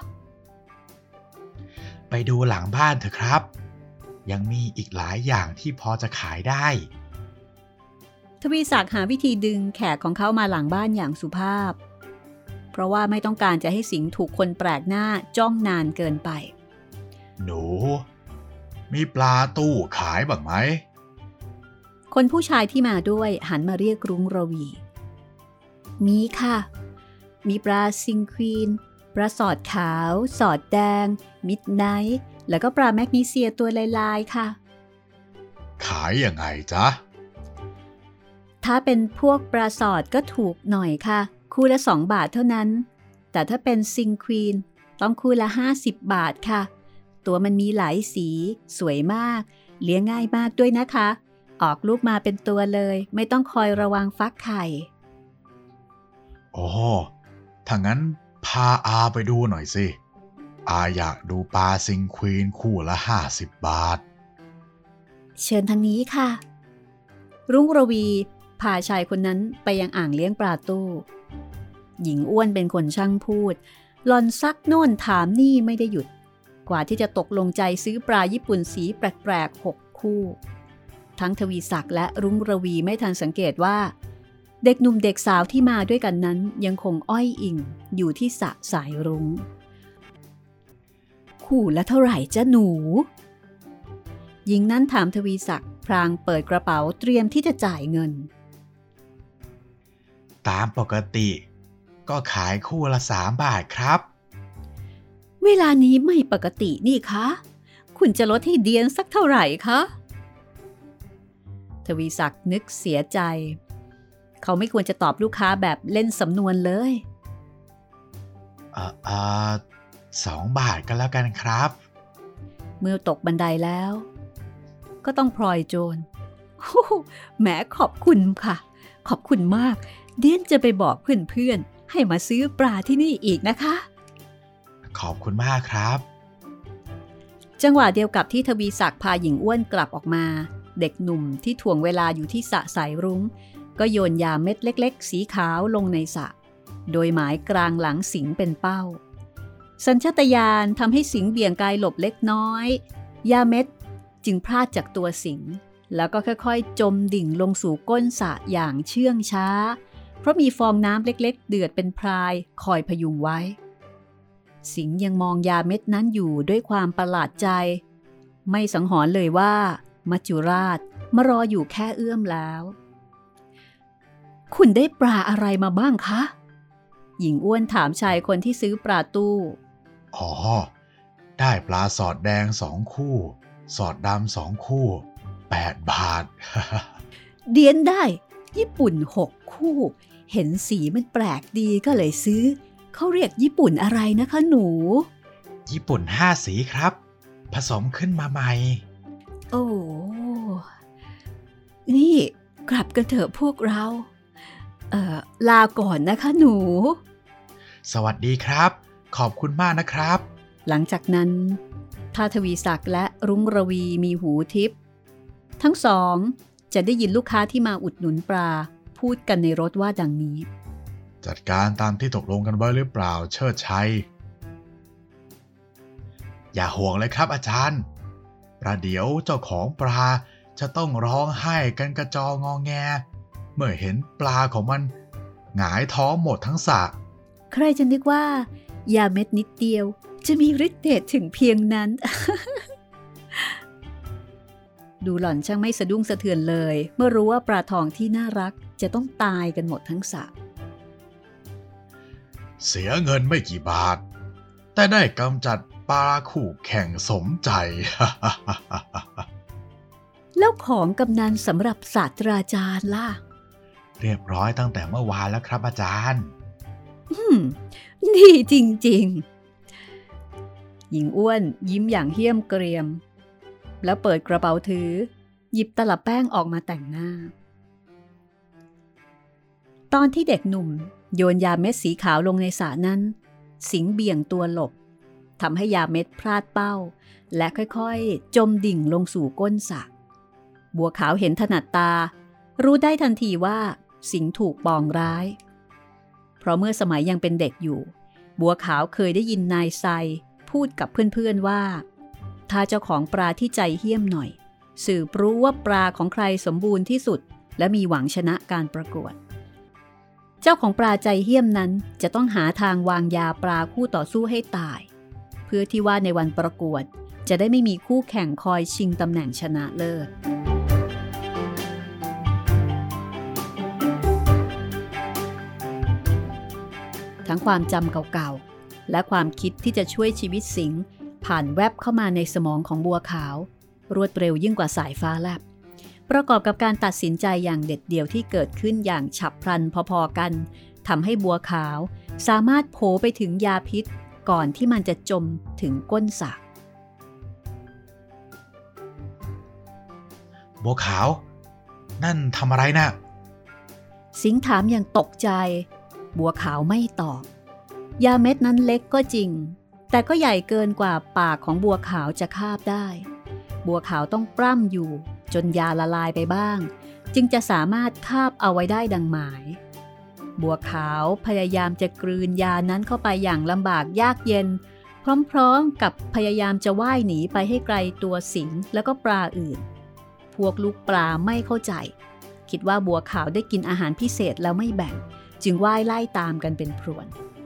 ไปดูหลังบ้านเถอะครับยังมีอีกหลายอย่างที่พอจะขายได้ทวีศักดิ์หาวิธีดึงแขกของเขามาหลังบ้านอย่างสุภาพเพราะว่าไม่ต้องการจะให้สิงห์ถูกคนแปลกหน้าจ้องนานเกินไปหนูมีปลาตู้ขายบ้างไหมคนผู้ชายที่มาด้วยหันมาเรียกรุ้งระวีมีค่ะมีปลาซิงควีนปลาสอดขาวสอดแดงมิดไนท์แล้วก็ปลาแมกนีเซียตัวลายๆค่ะขายยังไงจ๊ะถ้าเป็นพวกปลาสอดก็ถูกหน่อยค่ะคู่ละสองบาทเท่านั้นแต่ถ้าเป็นซิงควีนต้องคู่ละห้าสิบบาทค่ะตัวมันมีหลายสีสวยมากเลี้ยงง่ายมากด้วยนะคะออกลูกมาเป็นตัวเลยไม่ต้องคอยระวังฟักไข่โอ้ถ้างั้นพาอาไปดูหน่อยสิอาอยากดูปลาซิงควีนคู่ละห้าสิบบาทเชิญทางนี้ค่ะรุ่งระวีพาชายคนนั้นไปยังอ่างเลี้ยงปลาตู้หญิงอ้วนเป็นคนช่างพูดหล่อนซักโน่นถามนี่ไม่ได้หยุดกว่าที่จะตกลงใจซื้อปลาญี่ปุ่นสีแปลกๆหกคู่ททั้งทวีศักดิ์และรุ้งระวีไม่ทันสังเกตว่าเด็กหนุ่มเด็กสาวที่มาด้วยกันนั้นยังคงอ้อยอิงอยู่ที่สระสายรุ้งคู่ละเท่าไหร่จ้ะหนูหญิงนั้นถามทวีศักดิ์พลางเปิดกระเป๋าเตรียมที่จะจ่ายเงินตามปกติก็ขายคู่ละสามบาทครับเวลานี้ไม่ปกตินี่คะคุณจะลดให้เดียนสักเท่าไหร่คะทวีศักดิ์นึกเสียใจเขาไม่ควรจะตอบลูกค้าแบบเล่นสำนวนเลยเอ่อเอ่อสองบาทก็แล้วกันครับเมื่อตกบันไดแล้วก็ต้องพลอยโจรแหมขอบคุณค่ะขอบคุณมากเดียนจะไปบอกเพื่อนๆให้มาซื้อปลาที่นี่อีกนะคะขอบคุณมากครับจังหวะเดียวกับที่ทวีศักดิ์พาหญิงอ้วนกลับออกมาเด็กหนุ่มที่ถ่วงเวลาอยู่ที่สระสายรุ้งก็โยนยาเม็ดเล็กๆสีขาวลงในสระโดยหมายกลางหลังสิงเป็นเป้าสัญชาตญาณทำให้สิงเบี่ยงกายหลบเล็กน้อยยาเม็ดจึงพลาดจากตัวสิงแล้วก็ค่อยๆจมดิ่งลงสู่ก้นสระอย่างเชื่องช้าเพราะมีฟองน้ำเล็กๆเดือดเป็นพรายคอยพยุงไว้สิงยังมองยาเม็ดนั้นอยู่ด้วยความประหลาดใจไม่สังหรณ์เลยว่ามัจจุราชมารออยู่แค่เอื้อมแล้วคุณได้ปลาอะไรมาบ้างคะหญิงอ้วนถามชายคนที่ซื้อปลาตู้อ๋อได้ปลาสอดแดงสองคู่สอดดำสองคู่แปดบาทเดียนได้ญี่ปุ่นหกคู่เห็นสีมันแปลกดีก็เลยซื้อเขาเรียกญี่ปุ่นอะไรนะคะหนูญี่ปุ่นห้าสีครับผสมขึ้นมาใหม่โอ้นี่กลับกันเถอะพวกเราเอ่อลาก่อนนะคะหนูสวัสดีครับขอบคุณมากนะครับหลังจากนั้นท่าทวีศักดิ์และรุ้งระวีมีหูทิพย์ทั้งสองจะได้ยินลูกค้าที่มาอุดหนุนปลาพูดกันในรถว่าดังนี้จัดการตามที่ตกลงกันไว้หรือเปล่าเชิดชัยอย่าห่วงเลยครับอาจารย์ประเดี๋ยวเจ้าของปลาจะต้องร้องไห้กันกระจองอแงเมื่อเห็นปลาของมันหงายท้องหมดทั้งสระใครจะนึกว่ายาเม็ดนิดเดียวจะมีฤทธิ์เดชถึงเพียงนั้น ดูหล่อนช่างไม่สะดุ้งสะเทือนเลยเมื่อรู้ว่าปลาทองที่น่ารักจะต้องตายกันหมดทั้งสระเสียเงินไม่กี่บาทแต่ได้กำจัดปลาคู่แข่งสมใจแล้วของกำนันสำหรับศาสตราจารย์ล่ะเรียบร้อยตั้งแต่เมื่อวานแล้วครับอาจารย์อืมดีจริงๆหญิงอ้วนยิ้มอย่างเหี้ยมเกรียมแล้วเปิดกระเป๋าถือหยิบตลับแป้งออกมาแต่งหน้าตอนที่เด็กหนุ่มโยนยาเม็ดสีขาวลงในสระนั้นสิงเบี่ยงตัวหลบทำให้ยาเม็ดพลาดเป้าและค่อยๆจมดิ่งลงสู่ก้นสระบัวขาวเห็นถนัดตารู้ได้ทันทีว่าสิงถูกปองร้ายเพราะเมื่อสมัยยังเป็นเด็กอยู่บัวขาวเคยได้ยินนายไซพูดกับเพื่อนๆว่าถ้าเจ้าของปลาที่ใจเหี้ยมหน่อยสืบรู้ว่าปลาของใครสมบูรณ์ที่สุดและมีหวังชนะการประกวดเจ้าของปลาใจเหี้ยมนั้นจะต้องหาทางวางยาปลาคู่ต่อสู้ให้ตายเพื่อที่ว่าในวันประกวดจะได้ไม่มีคู่แข่งคอยชิงตำแหน่งชนะเลิศทั้งความจำเก่าๆและความคิดที่จะช่วยชีวิตสิงห์ผ่านแวบเข้ามาในสมองของบัวขาวรวดเร็วยิ่งกว่าสายฟ้าแลบประกอบกับการตัดสินใจอย่างเด็ดเดี่ยวที่เกิดขึ้นอย่างฉับพลันพอๆกันทำให้บัวขาวสามารถโผล่ไปถึงยาพิษก่อนที่มันจะจมถึงก้นสระบัวขาวนั่นทำอะไรนะสิงห์ถามอย่างตกใจบัวขาวไม่ตอบยาเม็ดนั้นเล็กก็จริงแต่ก็ใหญ่เกินกว่าปากของบัวขาวจะคาบได้บัวขาวต้องปล้ำอยู่จนยาละลายไปบ้างจึงจะสามารถคาบเอาไว้ได้ดังหมายบัวขาวพยายามจะกลืนยานั้นเข้าไปอย่างลำบากยากเย็นพร้อมๆกับพยายามจะว่ายหนีไปให้ไกลตัวสิงห์แล้วก็ปลาอื่นพวกลูกปลาไม่เข้าใจคิดว่าบัวขาวได้กินอาหารพิเศษแล้วไม่แบ่งจึงว่ายไล่ตามกันเป็นพรวน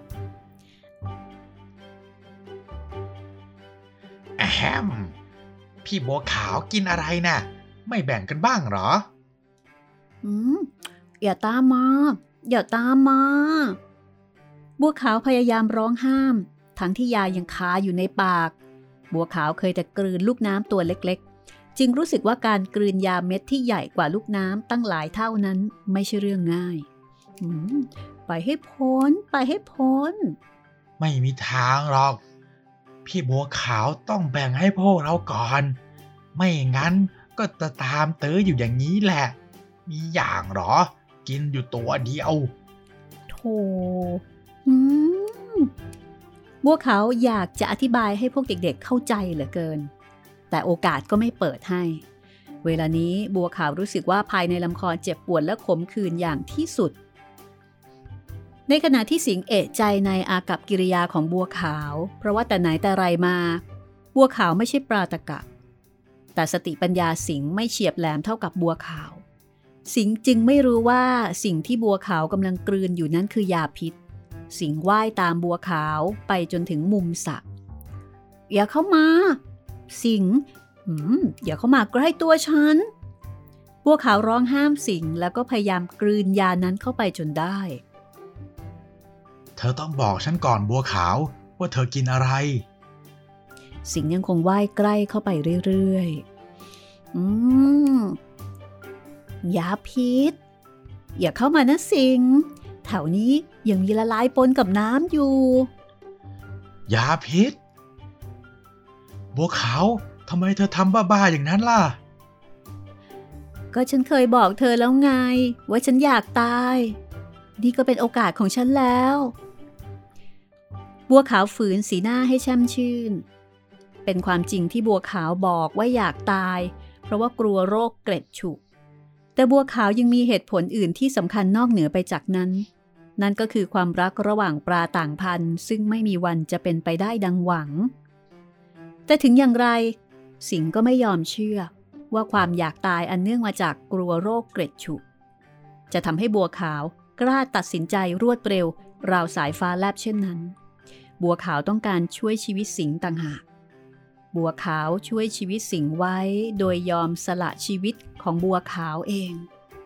แอมพี่บัวขาวกินอะไรน่ะไม่แบ่งกันบ้างเหรออืมอย่าตามมาอย่าตามมาบัวขาวพยายามร้องห้ามทั้งที่ยายังคาอยู่ในปากบัวขาวเคยแต่กลืนลูกน้ำตัวเล็กๆจึงรู้สึกว่าการกลืนยาเม็ดที่ใหญ่กว่าลูกน้ำตั้งหลายเท่านั้นไม่ใช่เรื่องง่ายอืมไปให้พ้นไปให้พ้นไม่มีทางหรอกพี่บัวขาวต้องแบ่งให้พวกเราก่อนไม่งั้นก็จะตามเต๋ออยู่อย่างนี้แหละมีอย่างหรอกินอยู่ตัวเดียวโธ่อืมบัวขาวอยากจะอธิบายให้พวกเด็กๆเข้าใจเหลือเกินแต่โอกาสก็ไม่เปิดให้เวลานี้บัวขาวรู้สึกว่าภายในลำคอเจ็บปวดและขมขื่นอย่างที่สุดในขณะที่สิงห์เอะใจในอากัปกิริยาของบัวขาวเพราะว่าแต่ไหนแต่ไรมาบัวขาวไม่ใช่ปราตกะแต่สติปัญญาสิงห์ไม่เฉียบแหลมเท่ากับบัวขาวสิงห์จึงไม่รู้ว่าสิ่งที่บัวขาวกำลังกลืนอยู่นั้นคือยาพิษสิงห์ว่ายตามบัวขาวไปจนถึงมุมสระอย่าเข้ามาสิงห์อืมอย่าเข้ามาใกล้ตัวฉันบัวขาวร้องห้ามสิงห์แล้วก็พยายามกลืนยานั้นเข้าไปจนได้เธอต้องบอกฉันก่อนบัวขาวว่าเธอกินอะไรสิงห์ยังคงว่ายใกล้เข้าไปเรื่อยๆอืมยาพิษอย่าเข้ามานะสิงห์แถวนี้ยังมีละลายปนกับน้ำอยู่ยาพิษบัวขาวทำไมเธอทำบ้าๆอย่างนั้นล่ะก็ฉันเคยบอกเธอแล้วไงว่าฉันอยากตายนี่ก็เป็นโอกาสของฉันแล้วบัวขาวฝืนสีหน้าให้แช่มชื่นเป็นความจริงที่บัวขาวบอกว่าอยากตายเพราะว่ากลัวโรคเกล็ดฉุกแต่บัวขาวยังมีเหตุผลอื่นที่สำคัญนอกเหนือไปจากนั้นนั่นก็คือความรักระหว่างปลาต่างพันธุ์ซึ่งไม่มีวันจะเป็นไปได้ดังหวังแต่ถึงอย่างไรสิงห์ก็ไม่ยอมเชื่อว่าความอยากตายอันเนื่องมาจากกลัวโรคเกล็ดฉุกจะทำให้บัวขาวกล้าตัดสินใจรวดเร็วราวสายฟ้าแลบเช่นนั้นบัวขาวต้องการช่วยชีวิตสิงห์ต่างหากบัวขาวช่วยชีวิตสิงห์ไว้โดยยอมสละชีวิตของบัวขาวเอง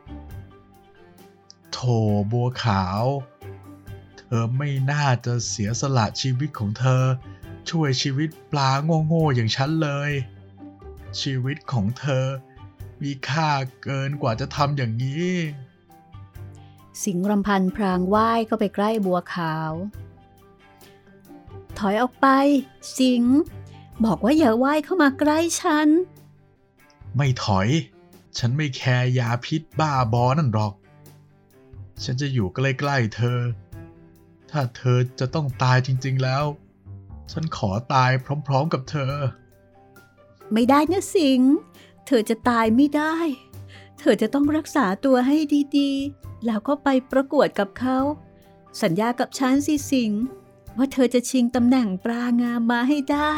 โธ่บัวขาวเธอไม่น่าจะเสียสละชีวิตของเธอช่วยชีวิตปลาโง่ๆอย่างฉันเลยชีวิตของเธอมีค่าเกินกว่าจะทำอย่างนี้สิงห์รำพันพรางว่ายเข้าไปใกล้บัวขาวถอยออกไปสิงห์บอกว่าอย่าว่ายเข้ามาใกล้ฉันไม่ถอยฉันไม่แคร์ยาพิษบ้าบอนั่นหรอกฉันจะอยู่ใกล้ๆเธอถ้าเธอจะต้องตายจริงๆแล้วฉันขอตายพร้อมๆกับเธอไม่ได้นะสิงห์เธอจะตายไม่ได้เธอจะต้องรักษาตัวให้ดีๆแล้วก็ไปประกวดกับเขาสัญญากับฉันสิสิงห์ว่าเธอจะชิงตำแหน่งปลางามมาให้ได้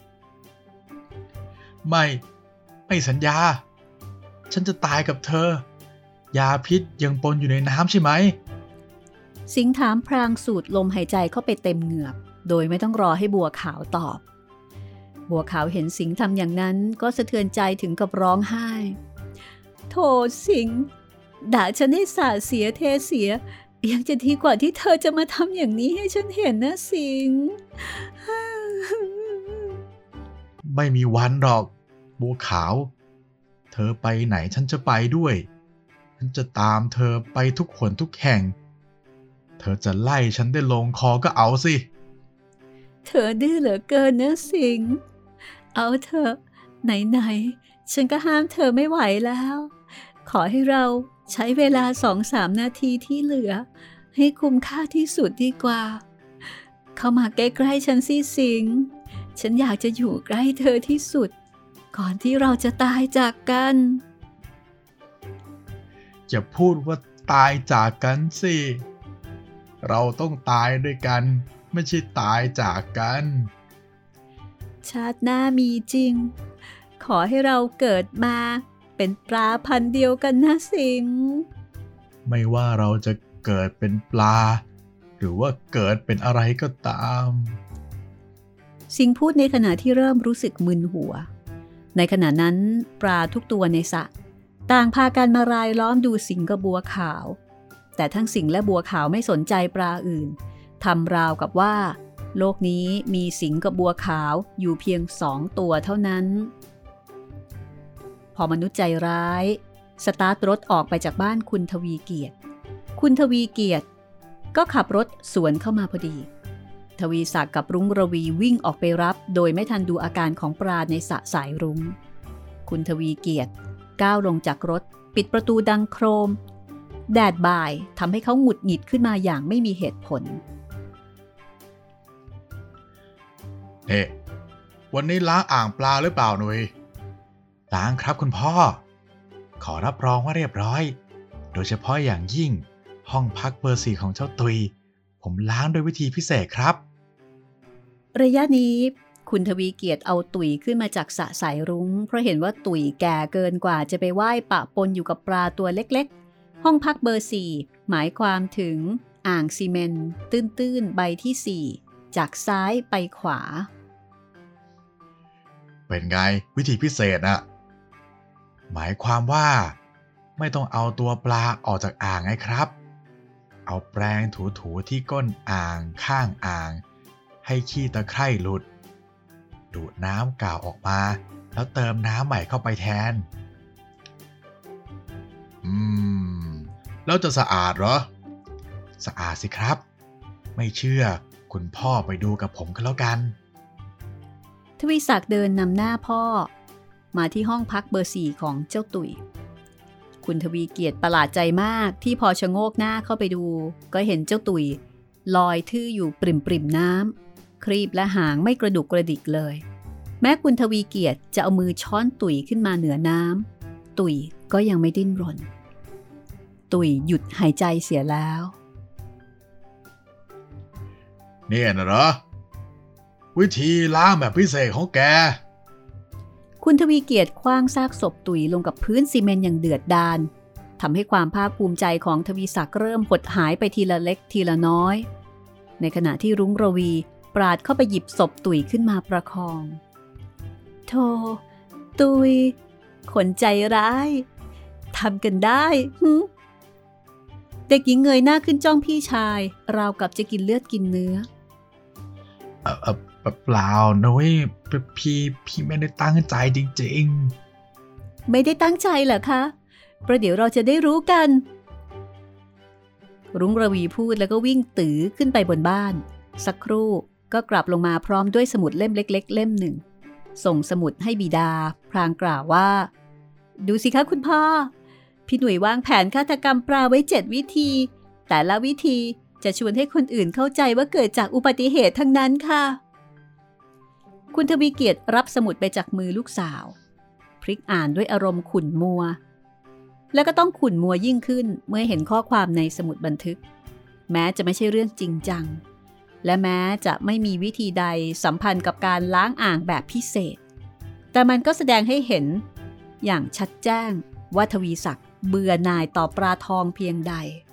ไม่ไม่สัญญาฉันจะตายกับเธอยาพิษยังปนอยู่ในน้ำใช่ไหมสิงห์ถามพรางสูดลมหายใจเข้าไปเต็มเหงือกโดยไม่ต้องรอให้บัวขาวตอบบัวขาวเห็นสิงห์ทำอย่างนั้นก็สะเทือนใจถึงกับร้องไห้โธ่สิงห์ด่าฉันให้สาเสียเทเสียยังจะดีกว่าที่เธอจะมาทำอย่างนี้ให้ฉันเห็นนะสิงห์ไม่มีวันหรอกบัวขาวเธอไปไหนฉันจะไปด้วยฉันจะตามเธอไปทุกหนทุกแห่งเธอจะไล่ฉันได้ลงคอก็เอาสิเธอดื้อเหลือเกินนะสิงห์เอาเถอะไหนๆฉันก็ห้ามเธอไม่ไหวแล้วขอให้เราใช้เวลา สองถึงสาม นาทีที่เหลือให้คุ้มค่าที่สุดดีกว่าเข้ามาใกล้ๆฉันสิสิงห์ฉันอยากจะอยู่ใกล้เธอที่สุดก่อนที่เราจะตายจากกันอย่าพูดว่าตายจากกันสิเราต้องตายด้วยกันไม่ใช่ตายจากกันชาติหน้ามีจริงขอให้เราเกิดมาเป็นปลาพันธุ์เดียวกันนะสิงห์ไม่ว่าเราจะเกิดเป็นปลาหรือว่าเกิดเป็นอะไรก็ตามสิงห์พูดในขณะที่เริ่มรู้สึกมึนหัวในขณะนั้นปลาทุกตัวในสระต่างพากันมารายล้อมดูสิงห์กับบัวขาวแต่ทั้งสิงห์และบัวขาวไม่สนใจปลาอื่นทำราวกับว่าโลกนี้มีสิงห์กับบัวขาวอยู่เพียงสองตัวเท่านั้นพอมนุษย์ใจร้ายสตาร์ทรถออกไปจากบ้านคุณทวีเกียรติคุณทวีเกียรติก็ขับรถสวนเข้ามาพอดีทวีศักดิ์กับรุ้งระวีวิ่งออกไปรับโดยไม่ทันดูอาการของปลาในสระสายรุ้งคุณทวีเกียรติก้าวลงจากรถปิดประตูดังโครมแดดบ่ายทำให้เขาหงุดหงิดขึ้นมาอย่างไม่มีเหตุผลเอ๊ะวันนี้ล้างอ่างปลาหรือเปล่าหนุ่ยล้างครับคุณพ่อขอรับรองว่าเรียบร้อยโดยเฉพาะอย่างยิ่งห้องพักเบอร์สี่ของเจ้าตุยผมล้างด้วยวิธีพิเศษครับระยะนี้คุณทวีเกียรติเอาตุ๋ยขึ้นมาจากสระสายรุ้งเพราะเห็นว่าตุ๋ยแก่เกินกว่าจะไปว่ายปะปนอยู่กับปลาตัวเล็กๆห้องพักเบอร์สี่หมายความถึงอ่างซีเมนต์ตื้นๆใบที่สี่จากซ้ายไปขวาเป็นไงวิธีพิเศษอะหมายความว่าไม่ต้องเอาตัวปลาออกจากอ่างไงครับเอาแปรงถูๆที่ก้นอ่างข้างอ่างให้ขี้ตะไคร่หลุดดูดน้ำกาวออกมาแล้วเติมน้ำใหม่เข้าไปแทนอืมแล้วจะสะอาดเหรอสะอาดสิครับไม่เชื่อคุณพ่อไปดูกับผมก็แล้วกันทวีศักดิ์เดินนำหน้าพ่อมาที่ห้องพักเบอร์สี่ของเจ้าตุ๋ยคุณทวีเกียรติประหลาดใจมากที่พอชะโงกหน้าเข้าไปดูก็เห็นเจ้าตุ๋ยลอยทื่ออยู่ปริ่มๆน้ำครีบและหางไม่กระดุกกระดิกเลยแม้คุณทวีเกียรติจะเอามือช้อนตุ๋ยขึ้นมาเหนือน้ำตุ๋ยก็ยังไม่ดิ้นรนตุ๋ยหยุดหายใจเสียแล้วเนี่ยนะเหรอวิธีล้างแบบพิเศษของแกคุณทวีเกียรติคว้างซากศพตุ๋ยลงกับพื้นซีเมนต์อย่างเดือดดาลทำให้ความภาคภูมิใจของทวีศักดิ์เริ่มหดหายไปทีละเล็กทีละน้อยในขณะที่รุ้งระวีปราดเข้าไปหยิบศพตุ๋ยขึ้นมาประคองโธ่ตุ๋ยคนใจร้ายทำกันได้ฮึเด็กหญิงเงยหน้าขึ้นจ้องพี่ชายราวกับจะกินเลือดกินเนื้อเออเออเปล่านะเว้ยพี่พี่ไม่ได้ตั้งใจจริงๆไม่ได้ตั้งใจเหรอคะประเดี๋ยวเราจะได้รู้กันรุ้งระวีพูดแล้วก็วิ่งตื้อขึ้นไปบนบ้านสักครู่ก็กลับลงมาพร้อมด้วยสมุดเล่มเล็กๆเล่มหนึ่งส่งสมุดให้บิดาพลางกล่าวว่าดูสิคะคุณพ่อพี่หนุ่ยวางแผนฆาตกรรมปลาไว้เจ็ดวิธีแต่ละวิธีจะชวนให้คนอื่นเข้าใจว่าเกิดจากอุบัติเหตุทั้งนั้นค่ะคุณทวีเกียรติรับสมุดไปจากมือลูกสาวพลิกอ่านด้วยอารมณ์ขุ่นมัวแล้วก็ต้องขุ่นมัวยิ่งขึ้นเมื่อเห็นข้อความในสมุดบันทึกแม้จะไม่ใช่เรื่องจริงจังและแม้จะไม่มีวิธีใดสัมพันธ์กับการล้างอ่างแบบพิเศษแต่มันก็แสดงให้เห็นอย่างชัดแจ้งว่าทวีศักดิ์เบื่อหน่ายต่อปลาทองเพียงใด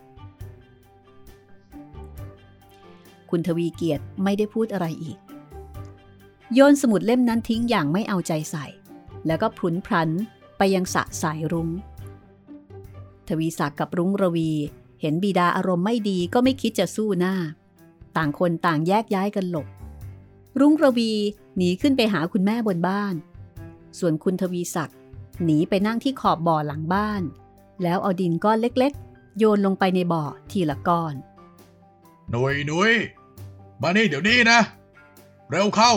คุณทวีเกียรติไม่ได้พูดอะไรอีกโยนสมุดเล่มนั้นทิ้งอย่างไม่เอาใจใส่แล้วก็พลุนพลันไปยังสระสายรุ้งทวีศักดิ์กับรุ้งระวีเห็นบิดาอารมณ์ไม่ดีก็ไม่คิดจะสู้หน้าต่างคนต่างแยกย้ายกันหลบรุ้งระวีหนีขึ้นไปหาคุณแม่บนบ้านส่วนคุณทวีศักดิ์หนีไปนั่งที่ขอบบ่อหลังบ้านแล้วเอาดินก้อนเล็กๆโยนลงไปในบ่อทีละก้อนหนุ่ยหนุ่ยมานี่เดี๋ยวนี้นะเร็วเข้า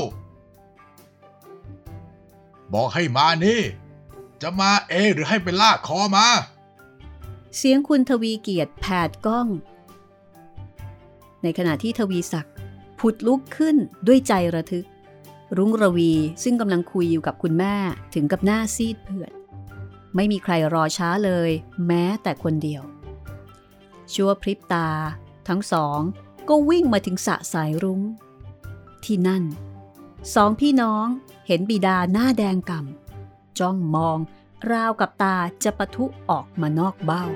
บอกให้มานี่จะมาเองหรือให้ไปลากคอมาเสียงคุณทวีเกียรติแผดก้องในขณะที่ทวีศักดิ์ผุดลุกขึ้นด้วยใจระทึกรุ้งระวีซึ่งกำลังคุยอยู่กับคุณแม่ถึงกับหน้าซีดเผือดไม่มีใครรอช้าเลยแม้แต่คนเดียวชั่วพริบตาทั้งสองก็วิ่งมาถึงสระสายรุ้งที่นั่นสองพี่น้องเห็นบิดาหน้าแดงก่ำจ้องมองราวกับตาจะปะทุออกมานอกเบ้า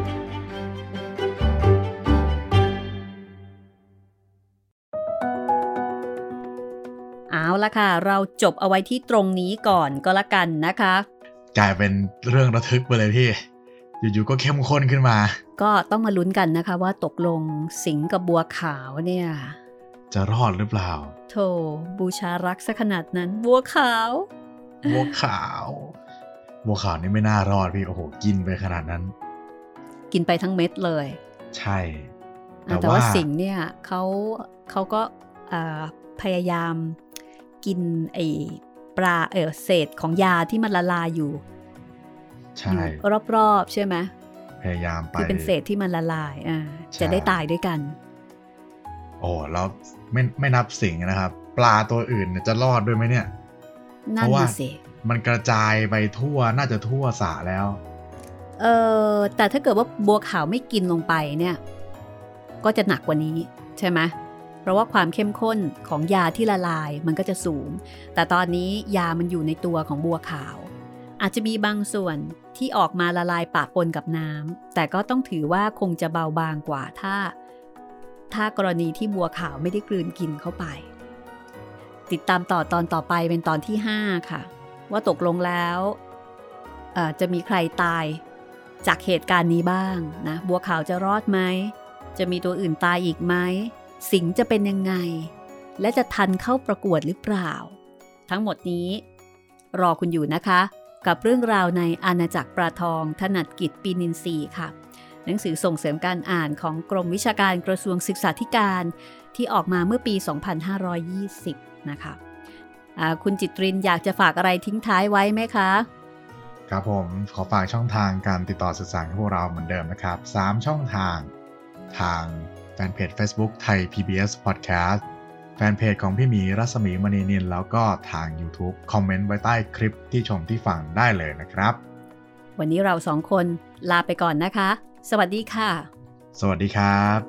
เอาละค่ะเราจบเอาไว้ที่ตรงนี้ก่อนก็แล้วกันนะคะกลายเป็นเรื่องระทึกไปเลยพี่อยู่ๆก็เข้มข้นขึ้นมาก็ต้องมาลุ้นกันนะคะว่าตกลงสิงห์กับบัวขาวเนี่ยจะรอดหรือเปล่าโธ่บูชารักซะขนาดนั้นบัวขาวบัวขาวบัวขาวนี่ไม่น่ารอดพี่โอ้โหกินไปขนาดนั้นกินไปทั้งเม็ดเลยใช่แต่แต่ว่าสิงห์เนี่ยเขาเขาก็พยายามกินไอ้ปลาเออเศษของยาที่มันละลายอยู่ใช่รอบๆใช่ไหมพยายามไปคือเป็นเศษที่มันละลายอ่าจะได้ตายด้วยกันโอ้แล้วไม่ไม่นับสิงห์นะครับปลาตัวอื่นจะรอดด้วยไหมเนี่ยเพราะว่ามันกระจายไปทั่วน่าจะทั่วสระแล้วเออแต่ถ้าเกิดว่าบัวขาวไม่กินลงไปเนี่ยก็จะหนักกว่านี้ใช่ไหมเพราะว่าความเข้มข้นของยาที่ละลายมันก็จะสูงแต่ตอนนี้ยามันอยู่ในตัวของบัวขาวอาจจะมีบางส่วนที่ออกมาละลายปะปนกับน้ำแต่ก็ต้องถือว่าคงจะเบาบางกว่าถ้าถ้ากรณีที่บัวขาวไม่ได้กลืนกินเข้าไปติดตามต่อตอนต่อไปเป็นตอนที่ห้าค่ะว่าตกลงแล้วจะมีใครตายจากเหตุการณ์นี้บ้างนะบัวขาวจะรอดไหมจะมีตัวอื่นตายอีกไหมสิงห์จะเป็นยังไงและจะทันเข้าประกวดหรือเปล่าทั้งหมดนี้รอคุณอยู่นะคะกับเรื่องราวในอาณาจักรปลาทองถนัดกิจปีนินทรีย์ค่ะหนังสือส่งเสริมการอ่านของกรมวิชาการกระทรวงศึกษาธิการที่ออกมาเมื่อปีสองพันห้าร้อยยี่สิบนะคะคุณจิตรินอยากจะฝากอะไรทิ้งท้ายไว้ไหมคะครับผมขอฝากช่องทางการติดต่อสื่อสารกับพวกเราเหมือนเดิมนะครับสามช่องทางทางแฟนเพจ Facebook ไทย พี บี เอส Podcast แฟนเพจของพี่หมีรัศมีมณีนินแล้วก็ทาง YouTube คอมเมนต์ไว้ใต้คลิปที่ชมที่ฟังได้เลยนะครับวันนี้เราสองคนลาไปก่อนนะคะสวัสดีค่ะสวัสดีครับ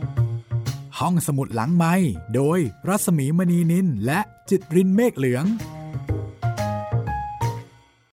ห้องสมุดหลังไมค์โดยรัศมีมณีนินและจิตรินเมฆเหลือง